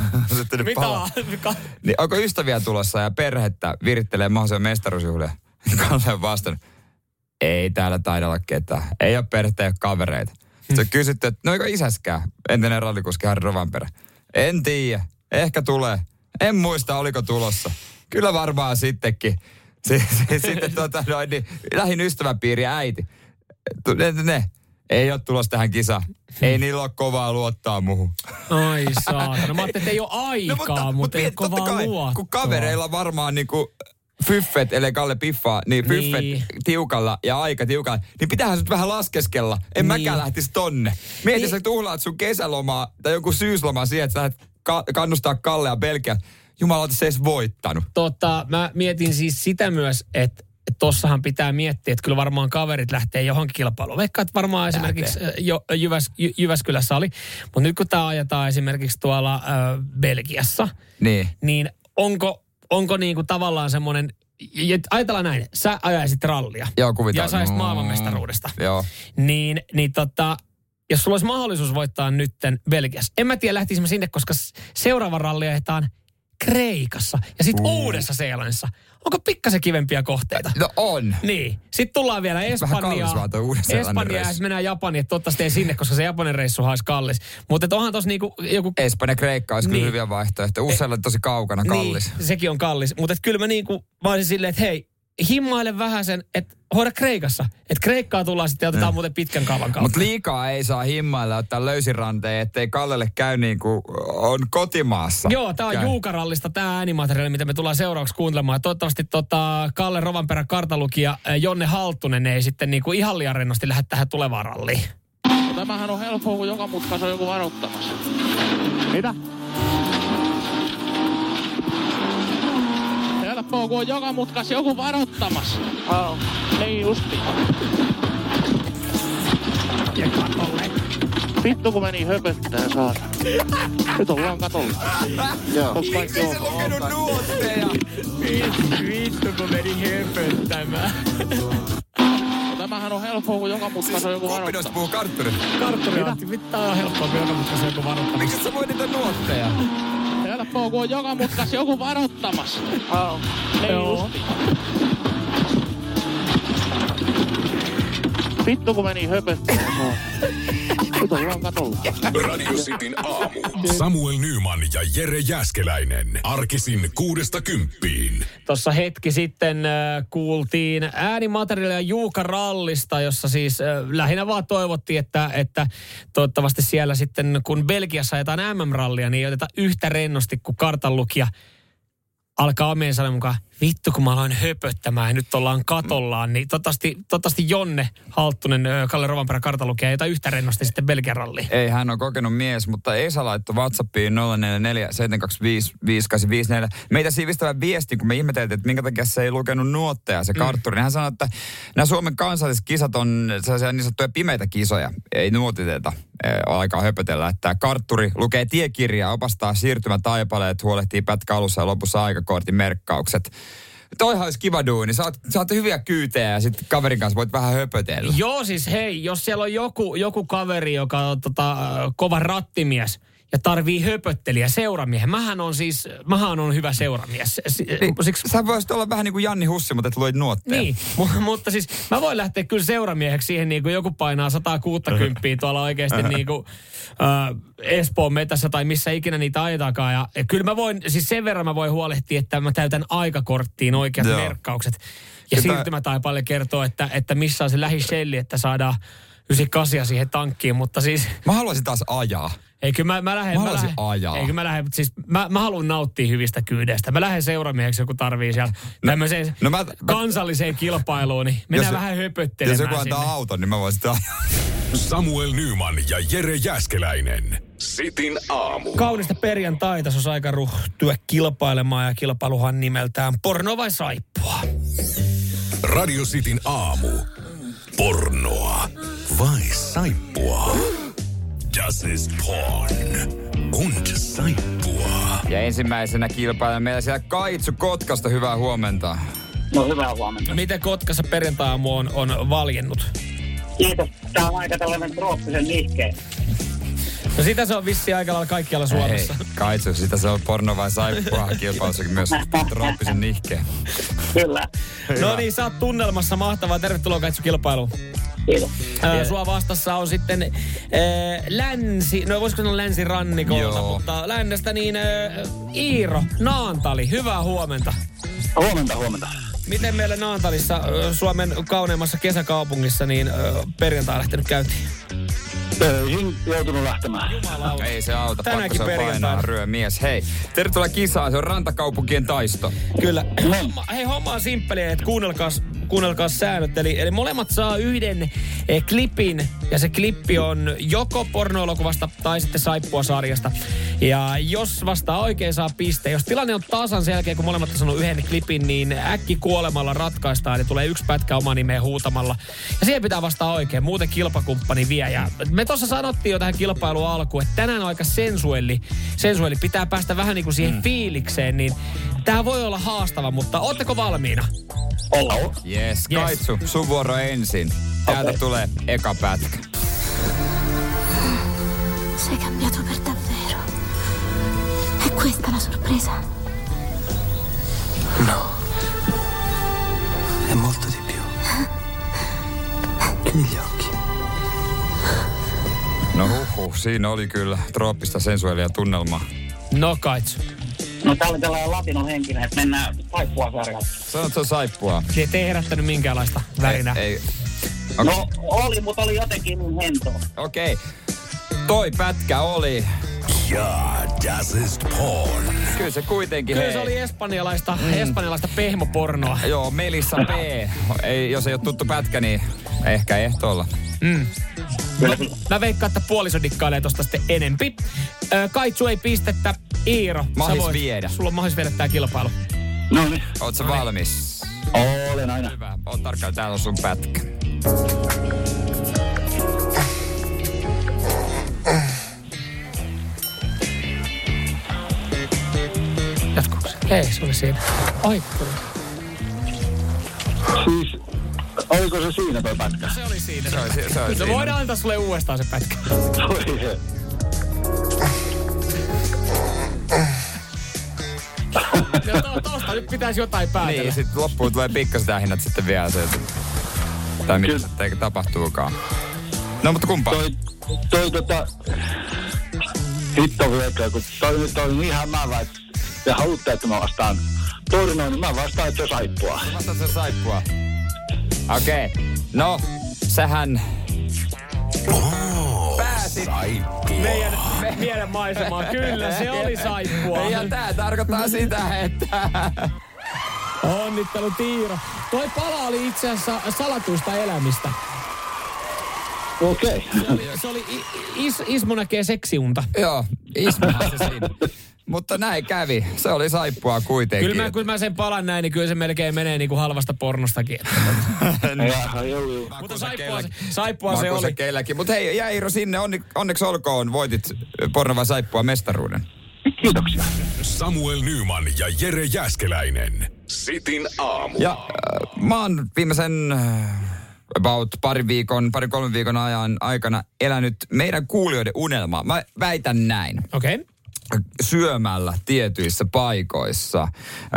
Mitä? Niin onko ystäviä tulossa ja perhettä virittelee mahdollisia mestaruusjuhlia? Kalle on vastannut, ei täällä taida olla ketään. Ei ole perhettä, ei ole kavereita. Sitten on kysytty, että no eikö isäskään, entinen rallikuski Harri Rovanperä. En tiedä, ehkä tulee. En muista, oliko tulossa. Kyllä varmaan sittenkin. Sitten tota, noin, niin, lähin ystäväpiiri ja äiti. Ne, ne ei ole tulossa tähän kisaan. Ei niillä ole kovaa luottaa muuhun. Ai saatana. Mä ajattelin, että ei ole aikaa, no, mutta, mutta, mutta ei ole kovaa kai, luottaa. Kun kavereilla varmaan niinku... Fyffet, ellei Kalle piffaa, niin fyffet niin. tiukalla ja aika tiukalla, niin pitäähän sut vähän laskeskella. En niin. mäkään lähtisi tonne. Mieti, niin. sä tuhlaat sun kesälomaa tai joku syyslomaa siihen, että sä lähdet ka- kannustaa Kallea Belgiaan. Jumalauta, se edes voittanut. Tota, mä mietin siis sitä myös, että tossahan pitää miettiä, että kyllä varmaan kaverit lähtee johonkin kilpailuun. Vaikka että varmaan Lähtee. esimerkiksi jo, Jyväs, Jy, Jyväskylässä oli. Mutta nyt kun tää ajetaan esimerkiksi tuolla äh, Belgiassa, niin, niin onko... Onko niinku tavallaan semmoinen, ajatellaan näin, sä ajaisit rallia. Joo, kuvitaan. Ja saisit maailmanmestaruudesta. Mm, joo. Niin, niin tota, jos sulla olisi mahdollisuus voittaa nytten Belgiassa. En mä tiedä, lähtisimme sinne, koska seuraava ralli ajetaan Kreikassa ja sitten uh. Uudessa-Seelannissa. Onko pikkasen kivempiä kohteita? No on. Niin. Sitten tullaan vielä Espanjaan. Espanja ja mennään Japaniin, että toivottavasti ei sinne, koska se Japanin reissu olisi kallis. Mutta onhan tossa niinku joku... Espanja, Kreikka olisi niin. kyllä hyviä vaihtoehtoja. Usealla tosi kaukana, kallis. Niin, sekin on kallis. Mutta kyllä mä niinku, mä olisin silleen, että hei, himmaile vähän sen, että hoida Kreikassa. Että Kreikkaa tullaan sitten ja otetaan mm. muuten pitkän kaavan kautta. Mutta liikaa ei saa himmailla ottaa löysiranteen, ettei Kallelle käy niin kuin on kotimaassa. Joo, tää on käy. Juukarallista tää äänimateriaali, mitä me tullaan seuraavaksi kuuntelemaan. Toivottavasti tota Kalle Rovanperä kartalukija Jonne Halttunen ei sitten niinku ihan liian rennosti lähde tähän tulevaan ralliin. No, tämähän on helppoa, kun joka mutkassa on joku varoittamassa. Mitä? Helppoa, kun on joka mutkassa joku varoittamassa. Oh. Niin justi. Ja katolle. Vittu kun meni höpöttää saatana. Nyt ollaan katolla. Joo. Onks kaikki Miksi se lukenut nuotteja? Vittu kun meni höpöttämään. Tämähän on helppoa, kun joka mutkassa on joku varoittaa. Kumpi noista puhuu kartturi? Kartturi otti, vittu on helppoa, kun joka mutkassa on joku varoittamassa. Miksi sä voi niitä nuotteja? Helppoa, kun on joka mutkassa joku varoittamassa. Oh. Joo. Vittu kun meni höpöttää. Nyt ollaan katolla. Radio Cityn aamu. Samuel Nyman ja Jere Jääskeläinen. Arkisin kuudesta kymppiin. Tuossa hetki sitten äh, kuultiin äänimateriaalia Juuka Rallista, jossa siis äh, lähinnä vaan toivottiin, että, että toivottavasti siellä sitten, kun Belgiassa ajetaan äm äm-rallia, niin ei oteta yhtä rennosti kuin kartanlukija alkaa omien sanoen mukaan, vittu kun mä aloin höpöttämään ja nyt ollaan katollaan, niin toivottavasti, toivottavasti Jonne Halttunen, Kalle Rovanperän kartalukija, ei ota yhtä rennosti sitten Belgian ralliin. Ei, hän on kokenut mies, mutta Esa laittoi WhatsAppiin nolla neljä neljä seitsemän kaksi viisi viisi kahdeksan viisi neljä. Meitä siivistävä viesti, kun me ihmeteltiin, että minkä takia se ei lukenut nuotteja, se kartturi. Mm. Hän sanoi, että nämä Suomen kansalliset kisat on sellaisia niin sanottuja pimeitä kisoja, ei nuotiteeta. Aikaa höpötellä, että kartturi lukee tiekirjaa, opastaa siirtymätaipaleet, huolehtii pätkä alussa ja lopussa aikakortin merkkaukset. Toihan olisi kiva duuni. Saat, saat hyviä kyytejä ja sitten kaverin kanssa voit vähän höpötellä. Joo, siis hei, jos siellä on joku, joku kaveri, joka on tota, kova rattimies ja tarvii höpöttelijä, seuramiehen. Mähän on siis, mähän on hyvä seuramies. Niin, Siksi... Sä voisit olla vähän niin kuin Janni Hussi, mutta et luit nuotteja. Niin, m- mutta siis mä voin lähteä kyllä seuramieheksi siihen, niin kuin joku painaa sata kuusikymmentä tuolla oikeasti niin kuin äh, Espoon metässä tai missä ikinä niitä ajetakaan. Ja, ja kyllä mä voin, siis sen verran mä voin huolehtia, että mä täytän aikakorttiin oikeat Joo. merkkaukset. Ja Sitä... siirtymätaipalle kertoo, että, että missä on se lähishelli, että saadaan yhdeksänkymmentäkahdeksan siihen tankkiin, mutta siis... Mä haluaisin taas ajaa. Eikö mä, mä lähden... Mä haluaisin mä lähden, ajaa. Eikö mä lähden, siis mä, mä haluan nauttia hyvistä kyydeistä. Mä lähden seuramieheksi, joku tarvii siellä no, tämmöiseen no mä, kansalliseen kilpailuun, niin mennään jos, vähän höpöttelemään. Jos joku antaa sinne auton, niin mä voisin sitä ajaa. Samuel Nyman ja Jere Jääskeläinen. Cityn aamu. Kaunista perjantaita, se olisi aika ryhtyä kilpailemaan ja kilpailuhan nimeltään Porno vai saippua? Radio Cityn aamu. Pornoa vai saippua? Das ist porn und saippua. Ja ensimmäisenä kilpailen meillä siellä Kaitsu Kotkasta. Hyvää huomenta. No hyvää huomenta. Miten Kotkassa perjantai-aamu on, on valjennut? Kiitos. Tää on aika tällainen trooppisen nihkeen. No sitä se on vissiin aika lailla kaikkialla Suomessa. Hei, Kaitsu, sitä se on porno vai saippua kilpailussakin myös trooppisen nihkeen. Kyllä. No niin, sä oot tunnelmassa. Mahtavaa. Tervetuloa Kaitsu kilpailuun. Kiitos. Äh, sua vastassa on sitten äh, länsi, no voisiko sanoa länsirannikolta, Joo. mutta lännestä niin äh, Iiro Naantali. Hyvää huomenta. Huomenta, huomenta. Miten meillä Naantalissa, äh, Suomen kauneimmassa kesäkaupungissa, niin äh, perjantai lähtenyt käyntiin? Töihin joutunut lähtemään. Jumalauta. Ei se auta, tänäänkin pakko se on painaa ryö mies. Hei, tervetuloa kisaan, se on rantakaupunkien taisto. Kyllä. Homma, hei, homma on simppeliä, että kuunnelkaas, kuunnelkaas säännöt. Eli, eli molemmat saa yhden eh, klipin, ja se klippi on joko pornoelokuvasta tai sitten saippua-sarjasta. Ja jos vastaa oikein, saa piste. Jos tilanne on tasan sen jälkeen, kun molemmat on sanonut yhden klipin, niin äkki kuolemalla ratkaistaan. Eli tulee yksi pätkä oma nimeen huutamalla. Ja siihen pitää vastaa oikein, muuten kilpakumppani vie. Ja me tuossa sanottiin jo tähän kilpailuun alkuun, että tänään on aika sensuelli. Sensuelli pitää päästä vähän niin kuin siihen mm. fiilikseen, niin tää voi olla haastava, mutta ootteko valmiina? Ollaan. Yes, Kaitsu, yes. Sun vuoro ensin. Täältä okay. tulee eka pätkä. Sei cambiato per davvero. È questa la sorpresa? No. È molto di più. Chiudi gli occhi. No huhhuh, siinä oli kyllä trooppista sensuaalia tunnelmaa. No Kaitsu. No tää oli tällainen latinohenkinen, että mennään saippua-sarjalla. Sanot, se on saippua. Se ei herättänyt minkäänlaista värinää. Ei, ei. Okay. No oli, mutta oli jotenkin niin hentoa. Okei. Okay. Toi pätkä oli... Ja, das ist porn. Kyllä se kuitenkin, Kyllä hei. se oli espanjalaista, mm. espanjalaista pehmopornoa. Joo, Melissa P. Ei, jos ei ole tuttu pätkä, niin ehkä ehtoolla. Mm. Mä, mä veikkaan, että puoliso dikkailee tosta sitten enempi. Ö, Kaitsu ei pistettä. Iiro, mahis voit, viedä. Sulla on mahis viedä tää kilpailu. No niin. Oot sä valmis? Olen aina. Hyvä. Oot tarkkaan, täällä on sun pätkä. Ei, se oli siinä. Aikkuri. Siis, oliko se siinä toi pätkä? Se oli siinä. Se oli, se, se oli Nyt siinä. voidaan antaa sulle uudestaan se pätkä. Oi se. Ja to, tosta nyt pitäisi jotain päätellä. Niin, sit loppuun tulee pikkaset hinnat sitten vielä se, että... Tai mitä sitten tapahtuukaan. No, mutta kumpaa? Toi, toi tota... Hitto viekö, kun toi nyt on ihan mä vai... Ja haluatte, että mä vastaan Torinoon, niin mä vastaan, että se saippua. Vastaan se saippua. Okei. Okay. No, sähän... Oh, pääsit meidän, meidän maisemaan. Kyllä, se oli saippua. Ja tää tarkoittaa sitä, että... Onnittelu Tiiro. Toi pala oli itse asiassa salatuista elämistä. Okei. Okay. Se oli, se oli is, Ismo näkee seksiunta. Joo, Ismohan se siinä. Mutta näin kävi. Se oli saippua kuitenkin. Kyllä mä, kun mä sen palan näin, niin kyllä se melkein menee niin kuin halvasta pornostakin. Ja, joo, joo. Mutta saippua, saippua se oli. Keilläkin. Mutta hei, Jairo, sinne onni, onneksi olkoon. Voitit porno vai saippua mestaruuden. Kiitoksia. Samuel Nyman ja Jere Jääskeläinen. Sitin aamu. Ja äh, mä oon viimeisen äh, about parin viikon, parin kolmen viikon ajan aikana elänyt meidän kuulijoiden unelmaa. Mä väitän näin. Okei. Okay. Syömällä tietyissä paikoissa. Öö,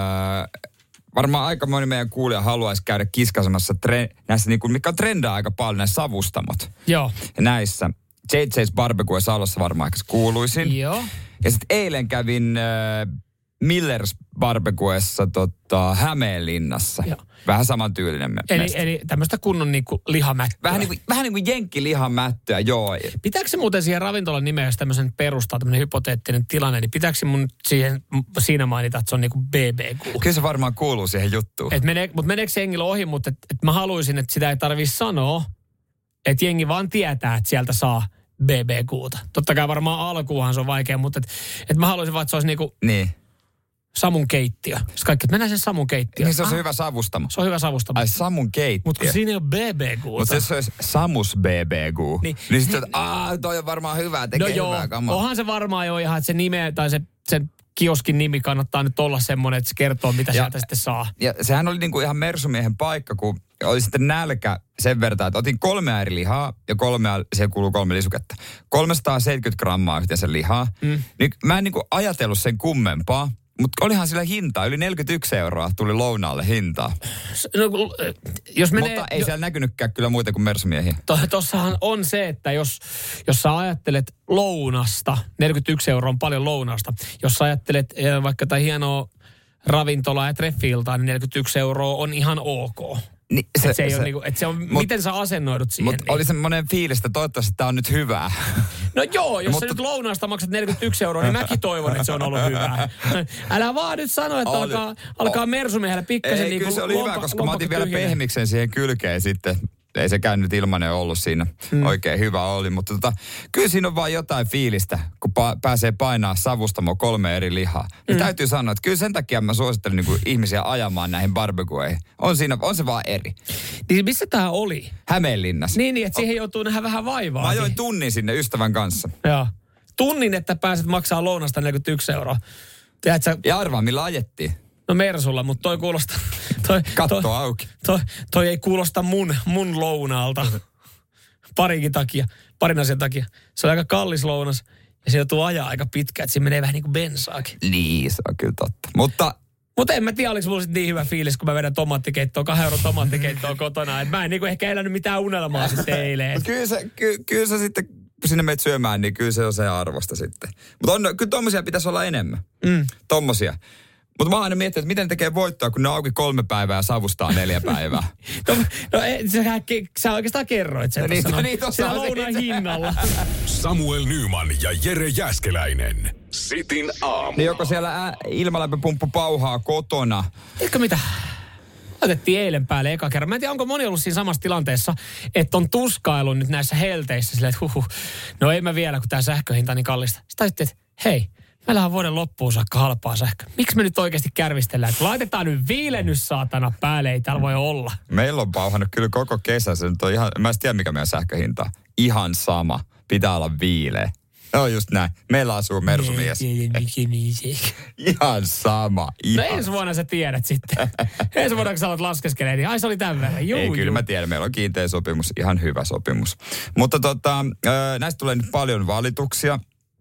varmaan aika moni meidän kuulija haluaisi käydä kiskasemassa tre- näissä, niin kuin, mikä on trendaa aika paljon, näissä savustamot. Joo. Näissä. J J's Barbecue Salossa varmaan aika kuuluisin. Joo. Ja sitten eilen kävin äh, Millers Barbecuessa tota, Hämeenlinnassa. Joo. Vähän samantyylinen me- Eli, eli tämmöistä kunnon niinku lihamättöä. Vähän niin kuin, vähän niin kuin jenkkilihamättöä, joo. Pitääkö se muuten siihen ravintolan nimeen, jos tämmöisen perustaa, tämmöinen hypoteettinen tilanne, niin pitääkö se mun siihen, siinä mainita, että se on niinku B B Q? Kyllä se varmaan kuuluu siihen juttuun. Et mene, mutta meneekö se jengillä ohi, mutta et, et mä haluaisin, että sitä ei tarvitse sanoa, että jengi vaan tietää, että sieltä saa B B Q:ta. Totta kai varmaan alkuunhan se on vaikea, mutta et, et mä haluaisin vaan, että se olisi niinku... Niin. Samun keittiö. Sitten kaikki, että mennään sen Samun keittiö. Niin se on ah, se hyvä savustamo. Se on hyvä savustamo. Ai Samun keittiö. Mutta kun siinä ei ole B B Q:ta. Mutta jos se olisi Samus B B Q, niin, niin sitten, että aah, toi on varmaan hyvä, tekee no joo, hyvää kamaa. onhan se varmaan jo ihan, että se nime tai se, sen kioskin nimi kannattaa nyt olla semmoinen, että se kertoo, mitä ja, sieltä sitten saa. Ja sehän oli niinku ihan mersumiehen paikka, kun oli sitten nälkä sen verran, että otin kolmea eri lihaa ja kolmea, se kuuluu kolme lisuketta. kolmesataaseitsemänkymmentä grammaa yhteensä lihaa. Mm. Niin mä en niinku ajatellut sen kummempaa. Mutta olihan sillä hintaa, yli neljäkymmentäyksi euroa tuli lounaalle hintaa. No, jos menee, Mutta ei jo, siellä näkynytkään kyllä muita kuin mersumiehiä. To, tossahan on se, että jos, jos sä ajattelet lounasta, neljäkymmentäyksi euroa on paljon lounasta. Jos sä ajattelet vaikka tai hienoa ravintolaa ja treffi-iltaa, niin neljäkymmentäyksi euroa on ihan ok. Niin, se, et se, ei se, ole niinku, et se on, mut, miten sä asennoidut siihen. Mutta niin. Oli semmoinen fiilis, että toivottavasti tämä on nyt hyvää. No joo, jos mutta, sä nyt lounaasta maksat neljäkymmentäyksi euroa, niin mäkin toivon, että se on ollut hyvää. Älä vaan nyt sano, että oli, alkaa, alkaa mersumiehellä pikkasen niin kuin kyllä se oli lompa, hyvä, koska mä otin vielä pehmiksen siihen kylkeen sitten. Ei se käynyt ilmanen ollut siinä. Hmm. Oikein hyvä oli, mutta tota, kyllä siinä on vaan jotain fiilistä, kun pa- pääsee painaa savustamo kolme eri lihaa. Hmm. Täytyy sanoa, että kyllä sen takia mä suosittelen niin kuin ihmisiä ajamaan näihin barbecueihin. On siinä, on se vaan eri. Niin missä tää oli? Hämeenlinnassa. Niin, niin että siihen joutuu nähdä vähän vaivaa. Mä ajoin tunnin sinne ystävän kanssa. Joo. Tunnin, että pääset maksaa lounasta neljäkymmentäyksi euroa. Sä... Ja arvaa, millä ajettiin. No Mersulla, mutta toi kuulostaa... Toi, Katto toi, auki. Toi, toi ei kuulosta mun, mun lounaalta. Parinkin takia, parin asian takia. Se on aika kallis lounas ja se joutuu ajaa aika pitkään, että siinä menee vähän niin kuin bensaakin. Niin, se on kyllä totta. Mutta... Mutta en mä tiedä, oliko mulla niin hyvä fiilis, kun mä vedän tomaattikeittoa, kahden euron tomaattikeittoa kotona. Et mä en niin kuin ehkä elänyt mitään unelmaa sitten eilen. Kyllä se, ky, kyllä se sitten, kun sinne menet syömään, niin kyllä se on se arvosta sitten. Mutta kyllä tommosia pitäisi olla enemmän. Mm. Tommosia. Mutta mä oon aina miettinyt, että miten tekee voittoa, kun ne on auki kolme päivää ja savustaa neljä päivää. no, no sä, sä oikeastaan kerroit sen. No niin, no niin, siellä lounaan hinnalla. Samuel Nyman ja Jere Jääskeläinen. Sitin aamu. Niin joko siellä ä, ilmalämpöpumppu pauhaa kotona. Eikö mitä? Otettiin eilen päälle eka kerran. Mä en tiedä, onko moni ollut siinä samassa tilanteessa, että on tuskaillut nyt näissä helteissä silleen, että huhuh, no ei mä vielä, kun tää sähköhinta on niin kallista. Sitten ajattelin, että hei, meillä on vuoden loppuun saakka halpaa sähköä. Miksi me nyt oikeasti kärvistellään? Laitetaan nyt viilennys saatana päälle, ei täällä voi olla. Meillä on pauhannut kyllä koko kesä. Se nyt on ihan, mä en tiedä mikä meidän sähköhinta on. Ihan sama. Pitää olla viileä. No just näin. Meillä asuu Mersumies. Ihan sama. Ihan. No ensi vuonna sä tiedät sitten. Ensi vuonna kun sä alat laskeskelemaan, niin ai se oli tämän verran. Juu, Ei, juu. kyllä mä tiedän. Meillä on kiinteä sopimus. Ihan hyvä sopimus. Mutta tota, näistä tulee nyt paljon valituksia.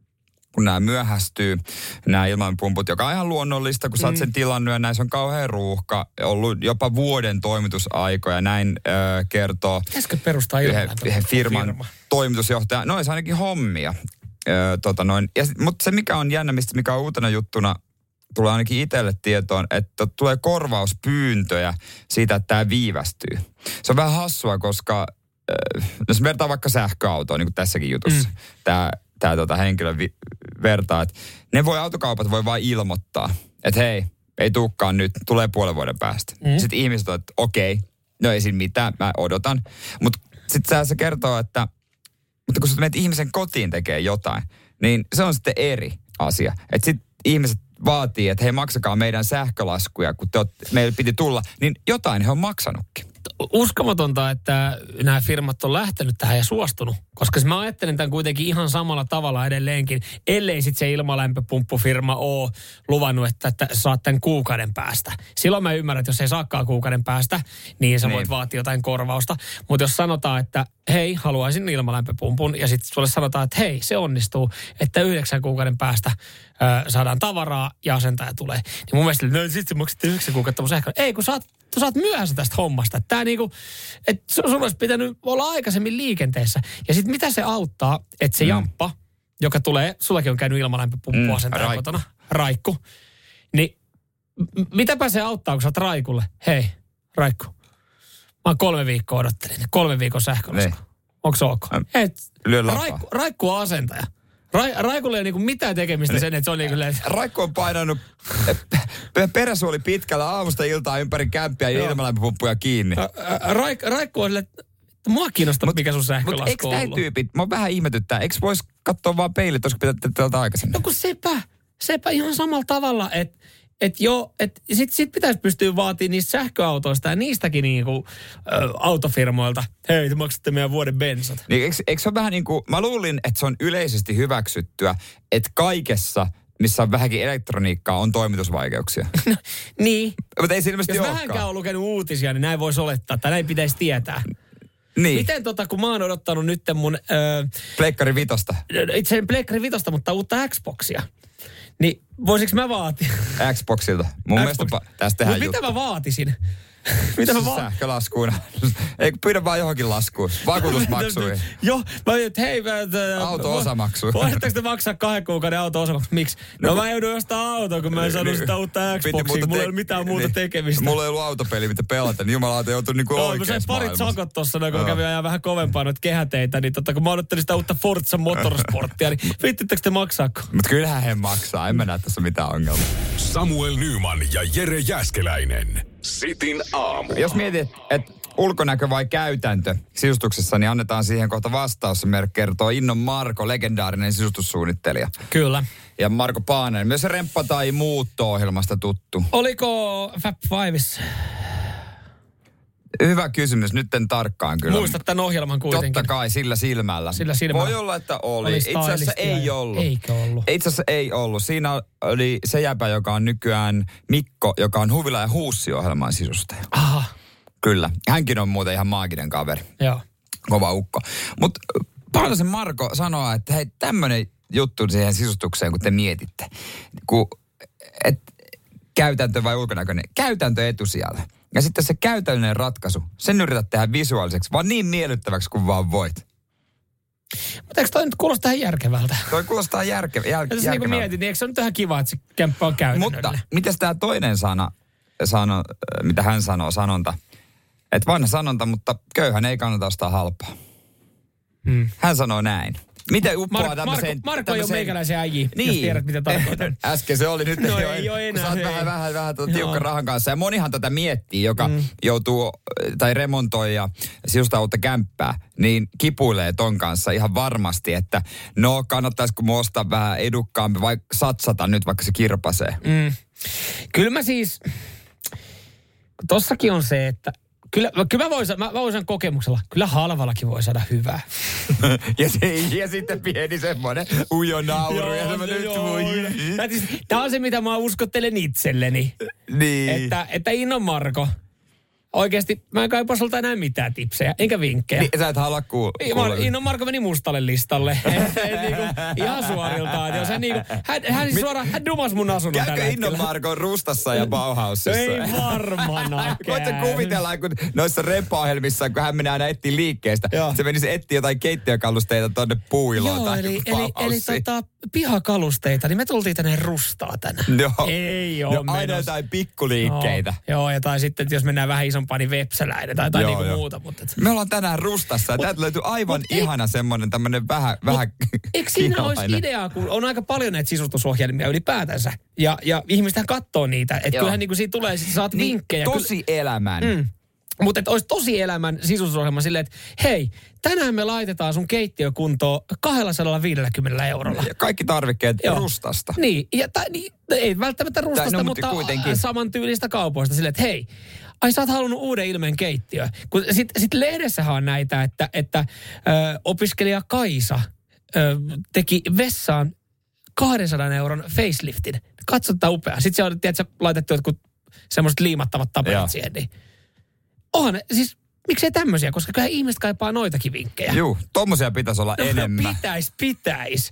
Kun nämä myöhästyy, nämä ilmanpumput, joka on ihan luonnollista, kun sä oot sen tilannut ja näissä on kauhean ruuhka. Ollut jopa vuoden toimitusaikoja, näin äh, kertoo Pitäisikö perustaa yhden, yhden firman firma. toimitusjohtaja. No olisi ainakin hommia. Äh, tota noin. Ja, mutta se mikä on jännä, mistä mikä on uutena juttuna, tulee ainakin itselle tietoon, että tulee korvauspyyntöjä siitä, että tämä viivästyy. Se on vähän hassua, koska äh, jos vertaa vaikka sähköautoa, niin kuin tässäkin jutussa, mm. tämä tämä tota henkilö vi- vertaa, että ne voi autokaupat voi vain ilmoittaa, että hei, ei tulekaan nyt, tulee puolen vuoden päästä. Mm. Sitten ihmiset on, että okei, no ei siinä mitään, mä odotan. Mutta sitten se kertoo, että mutta kun sä menet ihmisen kotiin tekee jotain, niin se on sitten eri asia. Että sitten ihmiset vaatii, että hei, maksakaa meidän sähkölaskuja, kun te oot, meillä piti tulla, niin jotain he on maksanutkin. Uskomatonta, että nämä firmat on lähtenyt tähän ja suostunut. Koska mä ajattelen tämän kuitenkin ihan samalla tavalla edelleenkin, ellei sitten se ilmalämpöpumppufirma ole luvannut, että, että saat tämän kuukauden päästä. Silloin mä ymmärrän, että jos ei saakaan kuukauden päästä, niin sä niin. voit vaatia jotain korvausta. Mutta jos sanotaan, että hei, haluaisin ilmalämpöpumpun, ja sitten sulle sanotaan, että hei, se onnistuu, että yhdeksän kuukauden päästä ö, saadaan tavaraa ja asentaja tulee. Niin mun mielestä, no sitten maksit yhdeksän kuukautta mun sähköä. Ei, kun sä oot, sä oot myöhässä tästä hommasta. Tää niinku, että sun olisi pitänyt olla aikaisemmin liikenteessä. Ja sitten mitä se auttaa, että se mm. jamppa, joka tulee, sullakin on käynyt ilmalämpöpumppuasentaja mm, kotona, Raikku, niin m- mitäpä se auttaa, kun sä oot Raikulle? Hei, Raikku, mä oon kolme viikkoa odottelin, kolme viikon sähkölasku. Onko se ok? Et, Raikku, Raikku on asentaja. Ra, Raikulle ei ole niinku mitään tekemistä ne, sen, että se on niinku... Raikku on painanut peräsuoli pitkällä aamusta iltaa ympäri kämppiä ja ilmalämpöpumppuja kiinni. Raik, Raikku on silleen, että mua kiinnostaa, mut, mikä sun sähkölasku on ollut. Mutta eikö näin tyypit, mä vähän ihmetyttää, eikö vois katsoa vaan peilit, olisiko pitää tältä aikaisemmin? No kun sepä, sepä ihan samalla tavalla, että et joo, että sit, sit pitäisi pystyä vaatimaan niistä sähköautoista ja niistäkin niinku ö, autofirmoilta. Hei, te maksatte meidän vuoden bensat. Niin, eikö, eikö se ole vähän niin kuin, mä luulin, että se on yleisesti hyväksyttyä, että kaikessa, missä on vähänkin elektroniikkaa, on toimitusvaikeuksia. Niin. Mutta ei se ilmeisesti Jos olekaan. vähänkään on lukenut uutisia, niin näin voisi olettaa, tai näin pitäisi tietää. Niin. Miten tota, kun mä oon odottanut nyt mun... Öö, Pleikkari vitosta. Itse asiassa Pleikkari vitosta, mutta uutta Xboxia. Niin voisinko mä vaatia? Xboxilta. Mun Xbox. mielestä tästä tehdään juttu. Mitä mä vaatisin? Mitä mä vaatisin? Sähkölaskuina. Ei pyydä vaan johonkin laskuun. Vakuutusmaksuihin. Joo, mä oon, että hei... Mä, auto-osamaksuja. Voisitteko te maksaa kahden kuukauden auto-osamaksuja? Miksi? No, no mä joudun jostain autoa, kun mä en saanut sitä uutta Xboxia. Mulla ei ole mitään muuta niin, tekemistä. Mulla ei ollut autopeli, mitä pelata. Niin jumalauta joutunut niinku no, oikeassa maailmassa. Mä sain parit sakot tossa, kun no. kävin ajaa vähän kovempaa noita kehäteitä. Niin totta, kun mä odottelin sitä uutta Forza Motorsporttia, niin viittittekö te maksaako? Mut kyllähän he maksaa. En mä näe tässä mitään ongelmaa. Samuel Nyman ja Jere Jääskeläinen. Sitin aamu. Jos mietit, että ulkonäkö vai käytäntö sisustuksessa, niin annetaan siihen kohta vastaus. Meille kertoo Innon Marko, legendaarinen sisustussuunnittelija. Kyllä. Ja Marko Paanen, myös Remppa tai muutto-ohjelmasta tuttu. Oliko Fab Fives? Hyvä kysymys, nyt en tarkkaan kyllä. Muistat tämän ohjelman kuitenkin. Totta kai, sillä silmällä. Sillä silmällä. Voi olla, että oli. oli Itse asiassa ei ollut. Eikö ollut? Itse asiassa ei ollut. Siinä oli se jäpä, joka on nykyään Mikko, joka on Huvila ja Huussi-ohjelman sisustaja. Aha. Kyllä. Hänkin on muuten ihan maaginen kaveri. Joo. Kova ukko. Mutta Paanasen Marko sanoo, että hei, tämmöinen juttu siihen sisustukseen, kun te mietitte. Kun, et, käytäntö vai ulkonäköinen? Käytäntö etusijalle. Ja sitten se käytännöllinen ratkaisu, sen yrität tehdä visuaaliseksi, vaan niin miellyttäväksi kuin vaan voit. Mutta eikö toi nyt kuulostaa ihan järkevältä? Toi kuulostaa järke, jär, järkevältä. Ja niin kuin mietit, niin eikö se on nyt ihan kiva, että se kämppä on käytännöllinen? Mutta mitäs tämä toinen sana, sano, mitä hän sanoo, sanonta? Että vanha sanonta, mutta köyhän ei kannata ostaa halpaa. Hmm. Hän sanoo näin. Miten uppoaa Mark, tämmöiseen... Marko, Marko ei ole meikäläisiä äijiä, niin. Jos tiedät, mitä tarkoitan. Äsken se oli, nyt no ei, ei ole enää. Kun sä oot vähän, vähän, vähän tuota tiukka rahan kanssa. Ja monihan tätä miettii, joka mm. joutuu tai remontoi ja sisustaa uutta kämppää, niin kipuilee ton kanssa ihan varmasti, että no kannattaisiko mun ostaa vähän edukkaampi vai satsata nyt, vaikka se kirpasee. Mm. Kyllä mä siis... Tossakin on se, että Kyllä, kyllä mä voin, mä, mä voin sanoa kokemuksella. Kyllä halvallakin voi saada hyvää. ja, se, ja sitten pieni semmoinen ujo nauru. ja semmoinen, Tämä on se, mitä mä uskottelen itselleni. Niin. Että, että Innon Marko, oikeasti mä en kaipaa sulta enää mitään tipsejä, enkä vinkkejä. Niin, sä et halua kuulla. Kuul- Innon Marko meni mustalle listalle. et, et, niinku, ihan suoriltaan. Jos hän, niinku, hän, hän siis suoraan, hän dumas mun asunnon tällä hetkellä. Käykö Innon Marko Rustassa ja Bauhausissa? Ei varmana. Voitko kuvitella, kun noissa repa-ohjelmissa, kun hän menee aina etsiä liikkeestä, Joo. se menisi etsiä jotain keittiökalusteita tonne puuiloon. Joo, eli, eli, eli tota, pihakalusteita, niin me tultiin tänne Rustaa tänään. Joo. Ei oo no, aina jotain pikkuliikkeitä. No, joo, ja tai sitten, jos mennään vähän isompaa, niin Vepsäläinen tai jotain niinku muuta. Mutta et... Me ollaan tänään Rustassa ja täältä löytyy aivan ihana eik... semmoinen tämmöinen vähän, vähän eikö siinä olisi ideaa, kun on aika paljon näitä sisustusohjelmia ylipäätänsä. Ja, ja ihmistähän katsoo niitä. Että kyllähän niinku siitä tulee, sit saat niin, vinkkejä. Tosi kyllä... elämän. Mm. Mutta että olisi tosi elämän sisustusohjelma silleen, että hei, tänään me laitetaan sun keittiökuntoon kaksisataaviisikymmentä eurolla. Ja kaikki tarvikkeet Joo. Rustasta. Niin, ja ta, niin, ei välttämättä Rustasta, no, mutta, mutta samantyylistä kaupoista silleen, että hei, ai sä oot halunnut uuden ilmeen keittiö. Sitten sit lehdessähän on näitä, että, että ö, opiskelija Kaisa ö, teki vessaan kahdensadan euron faceliftin. Katsotaan upea. Sitten se on, tiedätkö, laitettu jotkut semmoiset liimattavat tapelit siihen, niin onhan, siis miksei tämmöisiä, koska kyllä ihmiset kaipaa noitakin vinkkejä. Juu, tommosia pitäisi olla no, enemmän. Pitäis, pitäis.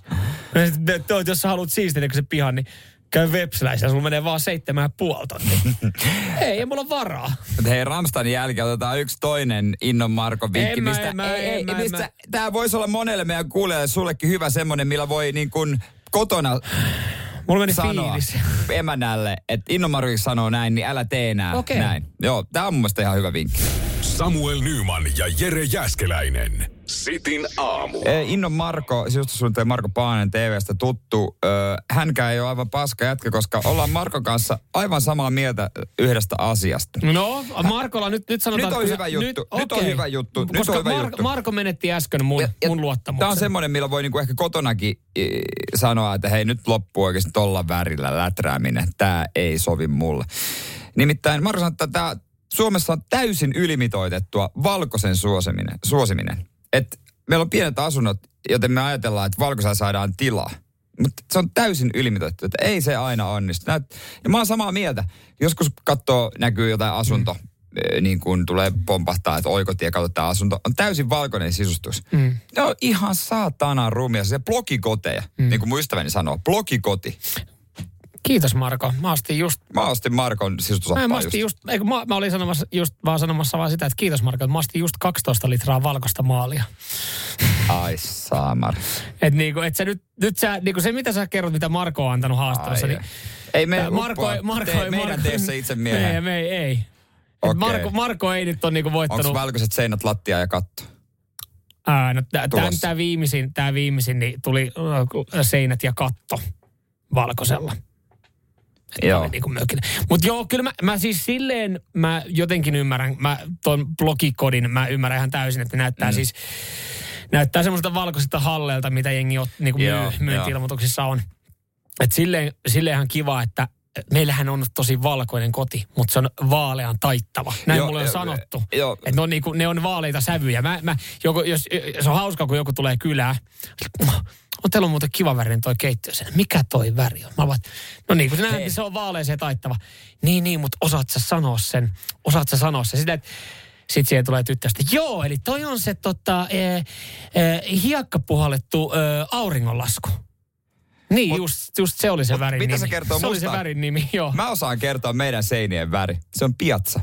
Jos sä haluat siistää se pihan, niin käy Vepsäläisessä ja sulla menee vaan seitsemän ja puoli tonnia. Ei, ei mulla ole varaa. Hei, Ramstanin jälkeen otetaan yksi toinen Innon Marko vinkki, mä, mistä, mä, ei, ei, mä, mistä mä. tää voisi olla monelle meidän kuulijalle sullekin hyvä semmonen, millä voi niin kuin kotona mulla meni sanoa fiilis. Emänälle, että Innon Marko sanoo näin, niin älä tee enää okay. näin. Joo, tää on mun mielestä ihan hyvä vinkki. Samuel Nyman ja Jere Jääskeläinen. Sitin aamu. Innon Marko, sisustussuunnitelija Marko Paanen T V:stä tuttu. Hänkään ei ole aivan paska jätkä, koska ollaan Markon kanssa aivan samaa mieltä yhdestä asiasta. No, Markolla nyt, nyt sanotaan... Nyt on hyvä juttu. Nyt, nyt okay. on hyvä juttu. Nyt koska on hyvä Mar- juttu. Marko menetti äsken mun, ja, ja mun luottamuksen. Tämä on semmoinen, millä voi niinku ehkä kotonakin e, sanoa, että hei, nyt loppuu oikeasti tolla värillä läträäminen. Tämä ei sovi mulle. Nimittäin Marko sanoo, että tämä Suomessa on täysin ylimitoitettua valkoisen suosiminen. suosiminen. Että meillä on pienet asunnot, joten me ajatellaan, että valkoisella saadaan tilaa. Mutta se on täysin ylimitoitettu, että ei se aina onnistu. Ja mä oon samaa mieltä. Joskus katsoo, näkyy jotain asunto, mm. niin kuin tulee pompahtaa, että oikotie, kato tämä asunto. On täysin valkoinen sisustus. Mm. Ne on ihan saatana rumia. Se blogikoteja, mm. niin kuin mun ystäväni sanoo, blogikoti. Kiitos Marko. Mä ostin just... Mä ostin Markon sisustusoppaa mä ostin just. just eikö, mä, mä olin sanomassa, just, vaan sanomassa vaan sitä, että kiitos Marko, että mä ostin just kaksitoista litraa valkoista maalia. Ai saamar. Et niinku, et sä nyt, nyt sä, niinku se mitä sä kerrot, mitä Marko on antanut haastattelussa, niin... Ei me Marko, Marko, te, meidän tee se itse miehen. Me, me ei. Okay. Marko, Marko ei nyt ole niinku voittanut... Onko valkoiset seinät, lattia ja katto? Ää, no tämä viimeisin, tää viimeisin niin tuli äh, seinät ja katto valkoisella. Joo. Niin mutta joo, kyllä mä, mä siis silleen, mä jotenkin ymmärrän, mä ton blogikodin, mä ymmärrän ihan täysin, että näyttää mm. siis, näyttää semmoiselta valkoiselta halleelta, mitä jengi ot, niin myy, myynti-ilmoituksissa on. Että silleen, silleen ihan kiva, että meillähän on tosi valkoinen koti, mutta se on vaalean taittava. Näin joo, mulle on jo, sanottu. Jo. Että ne on, niinku, ne on vaaleita sävyjä. Mä, mä, joku, jos, se on hauskaa, kun joku tulee kylään. On teillä on muuten kiva värinen toi keittiö sen. Mikä toi väri on? Mä vaan, no niin, kun se nähdään, se on vaaleeseen taittava. Niin, niin, mutta osaat sä sanoa sen? Osaat sä sanoa sen? Sitä, että sitten siihen tulee tyttöstä. Joo, eli toi on se tota, e, e, hiekkapuhallettu e, auringonlasku. Niin, mut, just, just se oli se värin mitä nimi. Se kertoo se musta? oli se värin nimi, joo. Mä osaan kertoa meidän seinien väri. Se on piazza.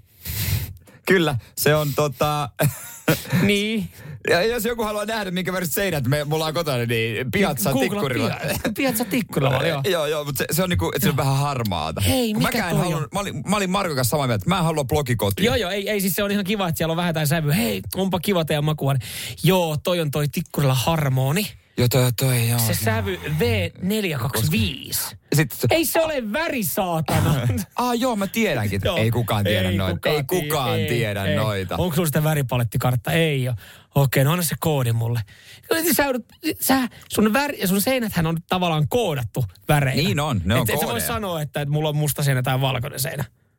Kyllä, se on tota... niin. Ja jos joku haluaa nähdä, minkä väriset seinät me, mulla on kotona, niin piazza tikkurilla. Pia, piazza tikkurilla, joo. joo, joo, mutta se, se on niinku, että se on vähän harmaata. Hei, mikä toi halunnut, mä, olin, mä olin Markon kanssa samaa mieltä, mä en halua blogikotia. Joo, joo, ei, ei siis se on ihan kiva, että siellä on vähän tai sävy. Hei, onpa kiva teidän makua. Joo, toi on toi tikkurilla harmoni. Joo, toi, toi, joo. Se joo. sävy V neljä kaksikymmentäviisi. Sitten, ei se ole väri, saatana. ah, joo, mä tiedänkin. ei kukaan tiedä ei noita. Kukaan ei kukaan ei, tiedä ei. noita. Onko sulla sitä väripalettikartta? Ei ole. Okei, no anna se koodi mulle. Sä, sä, sun, väri, sun seinäthän on tavallaan koodattu väreillä. Niin on, ne on et, koodeja. Et sä voi sanoa, että, että mulla on musta seinä tai valkoinen seinä.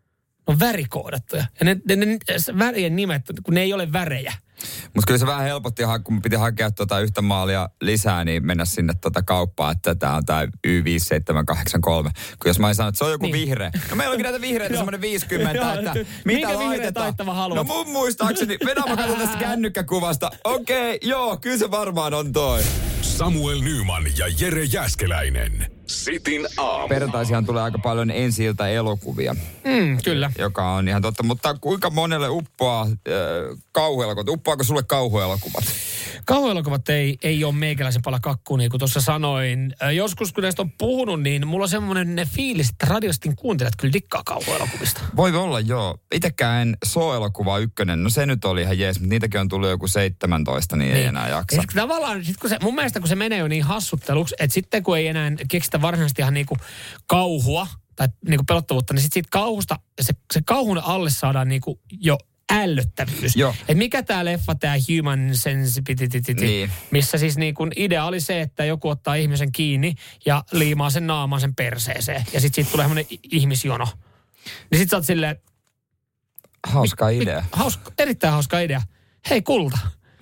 on värikoodattuja. Ja ne, ne, ne värien nimet, kun ne ei ole värejä. Mutta kyllä se vähän helpotti, kun piti hakea tuota yhtä maalia lisää, niin mennä sinne tuota kauppaan, että tämä on tämä Y viisi seitsemän kahdeksan kolme. Kun jos mä olisin sanonut, että se on joku niin. vihreä. No meillä onkin näitä vihreitä semmoinen viisikymmentä, että mitä laitetaan. No mun muistaakseni, vedän mä katson tästä kännykkäkuvasta. Okei, okay, joo, kyllä se varmaan on toi. Samuel Nyman ja Jere Jääskeläinen. Sitin aamu. Perjantaisihan tulee aika paljon ensi-ilta elokuvia. Mm, kyllä. Joka on ihan totta. Mutta kuinka monelle uppoaa äh, kauhuelokuvat? Uppoaako sulle kauhuelokuvat? Kauhuelokuvat ei, ei ole meikäläisen pala kakku, niin kuin tuossa sanoin. Joskus kun näistä on puhunut, niin mulla on semmoinen fiilis, että radiostin kuuntelijat kyllä dikkaa kauhuelokuvista. Voi olla, joo. Itekään So-elokuva ykkönen, no se nyt oli ihan jees, mutta niitäkin on tullut joku seitsemäntoista, niin, niin. ei enää jaksa. Ja tavallaan, sit kun se, mun mielestä kun se menee jo niin hassutteluksi, että sitten kun ei enää keksitä varsinaisesti ihan niinku kauhua tai niinku pelottavuutta, niin sitten siitä kauhusta, se, se kauhun alle saadaan niinku jo ällöttävyys. Että mikä tää leffa, tää Human Sensitivity, niin. missä siis niinku idea oli se, että joku ottaa ihmisen kiinni ja liimaa sen naamaan sen perseeseen. Ja sit siitä tulee semmoinen ihmisjono. Niin sit sä oot silleen... Hauska mi, idea. Mi, hauska, erittäin hauska idea. Hei kulta.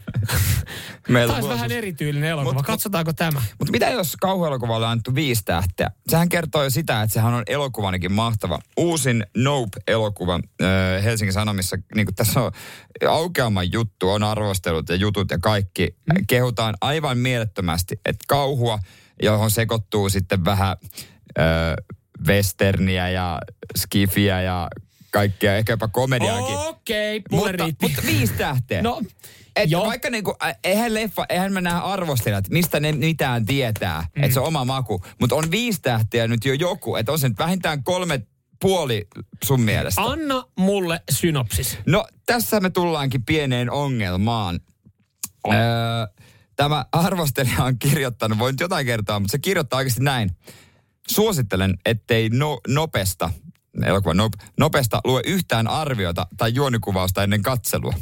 Tämä olisi vähän erityylinen elokuva. Mut, Katsotaanko tämä? Mutta mitä jos kauhuelokuvalle on annettu viisi tähteä? Sehän kertoo jo sitä, että sehän on elokuvanakin mahtava. Uusin Nope-elokuva äh, Helsingin Sanomissa, niin kuin tässä on aukeaman juttu, on arvostelut ja jutut ja kaikki. Mm. Kehutaan aivan mielettömästi, että kauhua, johon sekoittuu sitten vähän äh, westerniä ja skifiä ja kaikkea, ehkä jopa komediaakin. Okei, okay, mulle mutta, riitti. mutta viisi tähteä. No, että vaikka niinku, eihän leffa, eihän mä nähdä arvostelijat, mistä ne mitään tietää, mm. että se on oma maku. Mutta on viisi tähteä nyt jo joku, että on se nyt vähintään kolme puoli sun mielestä. Anna mulle synopsis. No, tässä me tullaankin pieneen ongelmaan. Öö, tämä arvostelija on kirjoittanut, voin nyt jotain kertoa, mutta se kirjoittaa oikeasti näin. Suosittelen, ettei no, nopesta, elokuva nope, nopesta lue yhtään arviota tai juonikuvausta ennen katselua.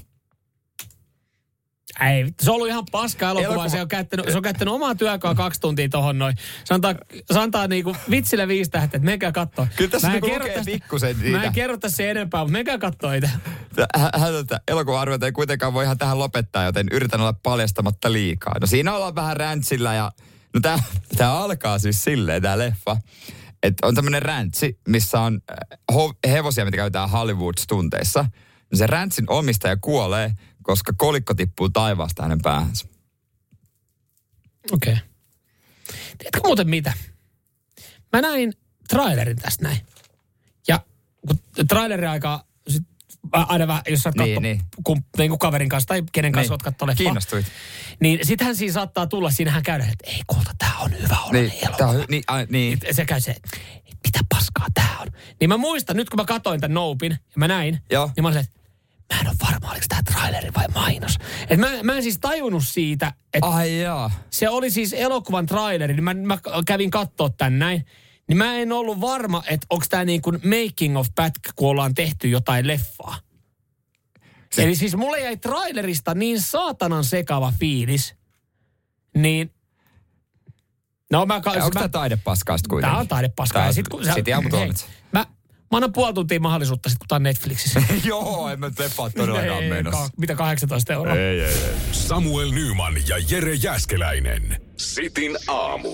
Ei, se on ollut ihan paska elokuva. elokuva. Se, on käyttänyt, se on käyttänyt omaa työkaa kaksi tuntia tohon noin. Se antaa, se antaa niinku vitsille viisi tähteä, että menkää kattoo. Kyllä tässä niinku lukee pikkusen niitä. Mä en kerro tässä enempää, mutta menkää kattoo itse. Elokuva-arviota ei kuitenkaan voi ihan tähän lopettaa, joten yritän olla paljastamatta liikaa. No siinä ollaan vähän räntsillä ja... No tää, tää alkaa siis silleen, tää leffa. Että on tämmönen räntsi, missä on ho- hevosia, mitä käytetään Hollywood-stunteissa. No se räntsin omistaja kuolee, koska kolikko tippuu taivaasta hänen päähänsä. Okei. Okay. Tiedätkö muuten mitä? Mä näin trailerin tästä näin. Ja kun trailerin aikaa, sit aina vähän, jos sä oot niin, katso, niin. Kun, niin kuin kaverin kanssa tai kenen kanssa niin. oot katso leffa. Kiinnostuit. Niin sitähän siinä saattaa tulla, siinähän käydään, että ei kulta, tää on hyvä olla niin, elokuva. Hy- niin, a, niin. Se käy se, mitä paskaa tää on. Niin mä muistan, nyt kun mä katoin tän Nopen ja mä näin, Joo. niin mä olin että mä en ole varma, oliko tää traileri vai mainos. Et mä, mä en siis tajunnut siitä, että Ai jaa. se oli siis elokuvan traileri, niin mä, mä kävin kattoo tän näin. Niin mä en ollut varma, että onko tää niin kuin making of pätkä, kun ollaan tehty jotain leffaa. Se... Eli siis mulle jäi trailerista niin saatanan sekava fiilis, niin... No mä... Ja onko tää taidepaskaa sit kuitenkin? Tää on taidepaskaa. Tää, sit, kun sit ihan mut hei, mä, mä annan puoli tuntia mahdollisuutta sit, kun tää on Netflixissä. Joo, en mä nyt leffaa todellakaan menossa. Ka- mitä kahdeksantoista euroa? Ei, ei, ei. Samuel Nyman ja Jere Jääskeläinen. Sitin aamu.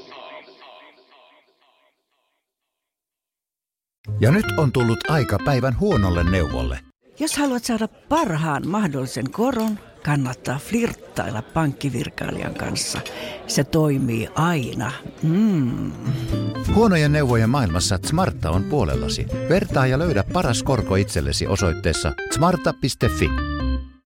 Ja nyt on tullut aika päivän huonolle neuvolle. Jos haluat saada parhaan mahdollisen koron, kannattaa flirttailla pankkivirkailijan kanssa. Se toimii aina. Mm. Huonojen neuvojen maailmassa Smarta on puolellasi. Vertaa ja löydä paras korko itsellesi osoitteessa smarta piste fi.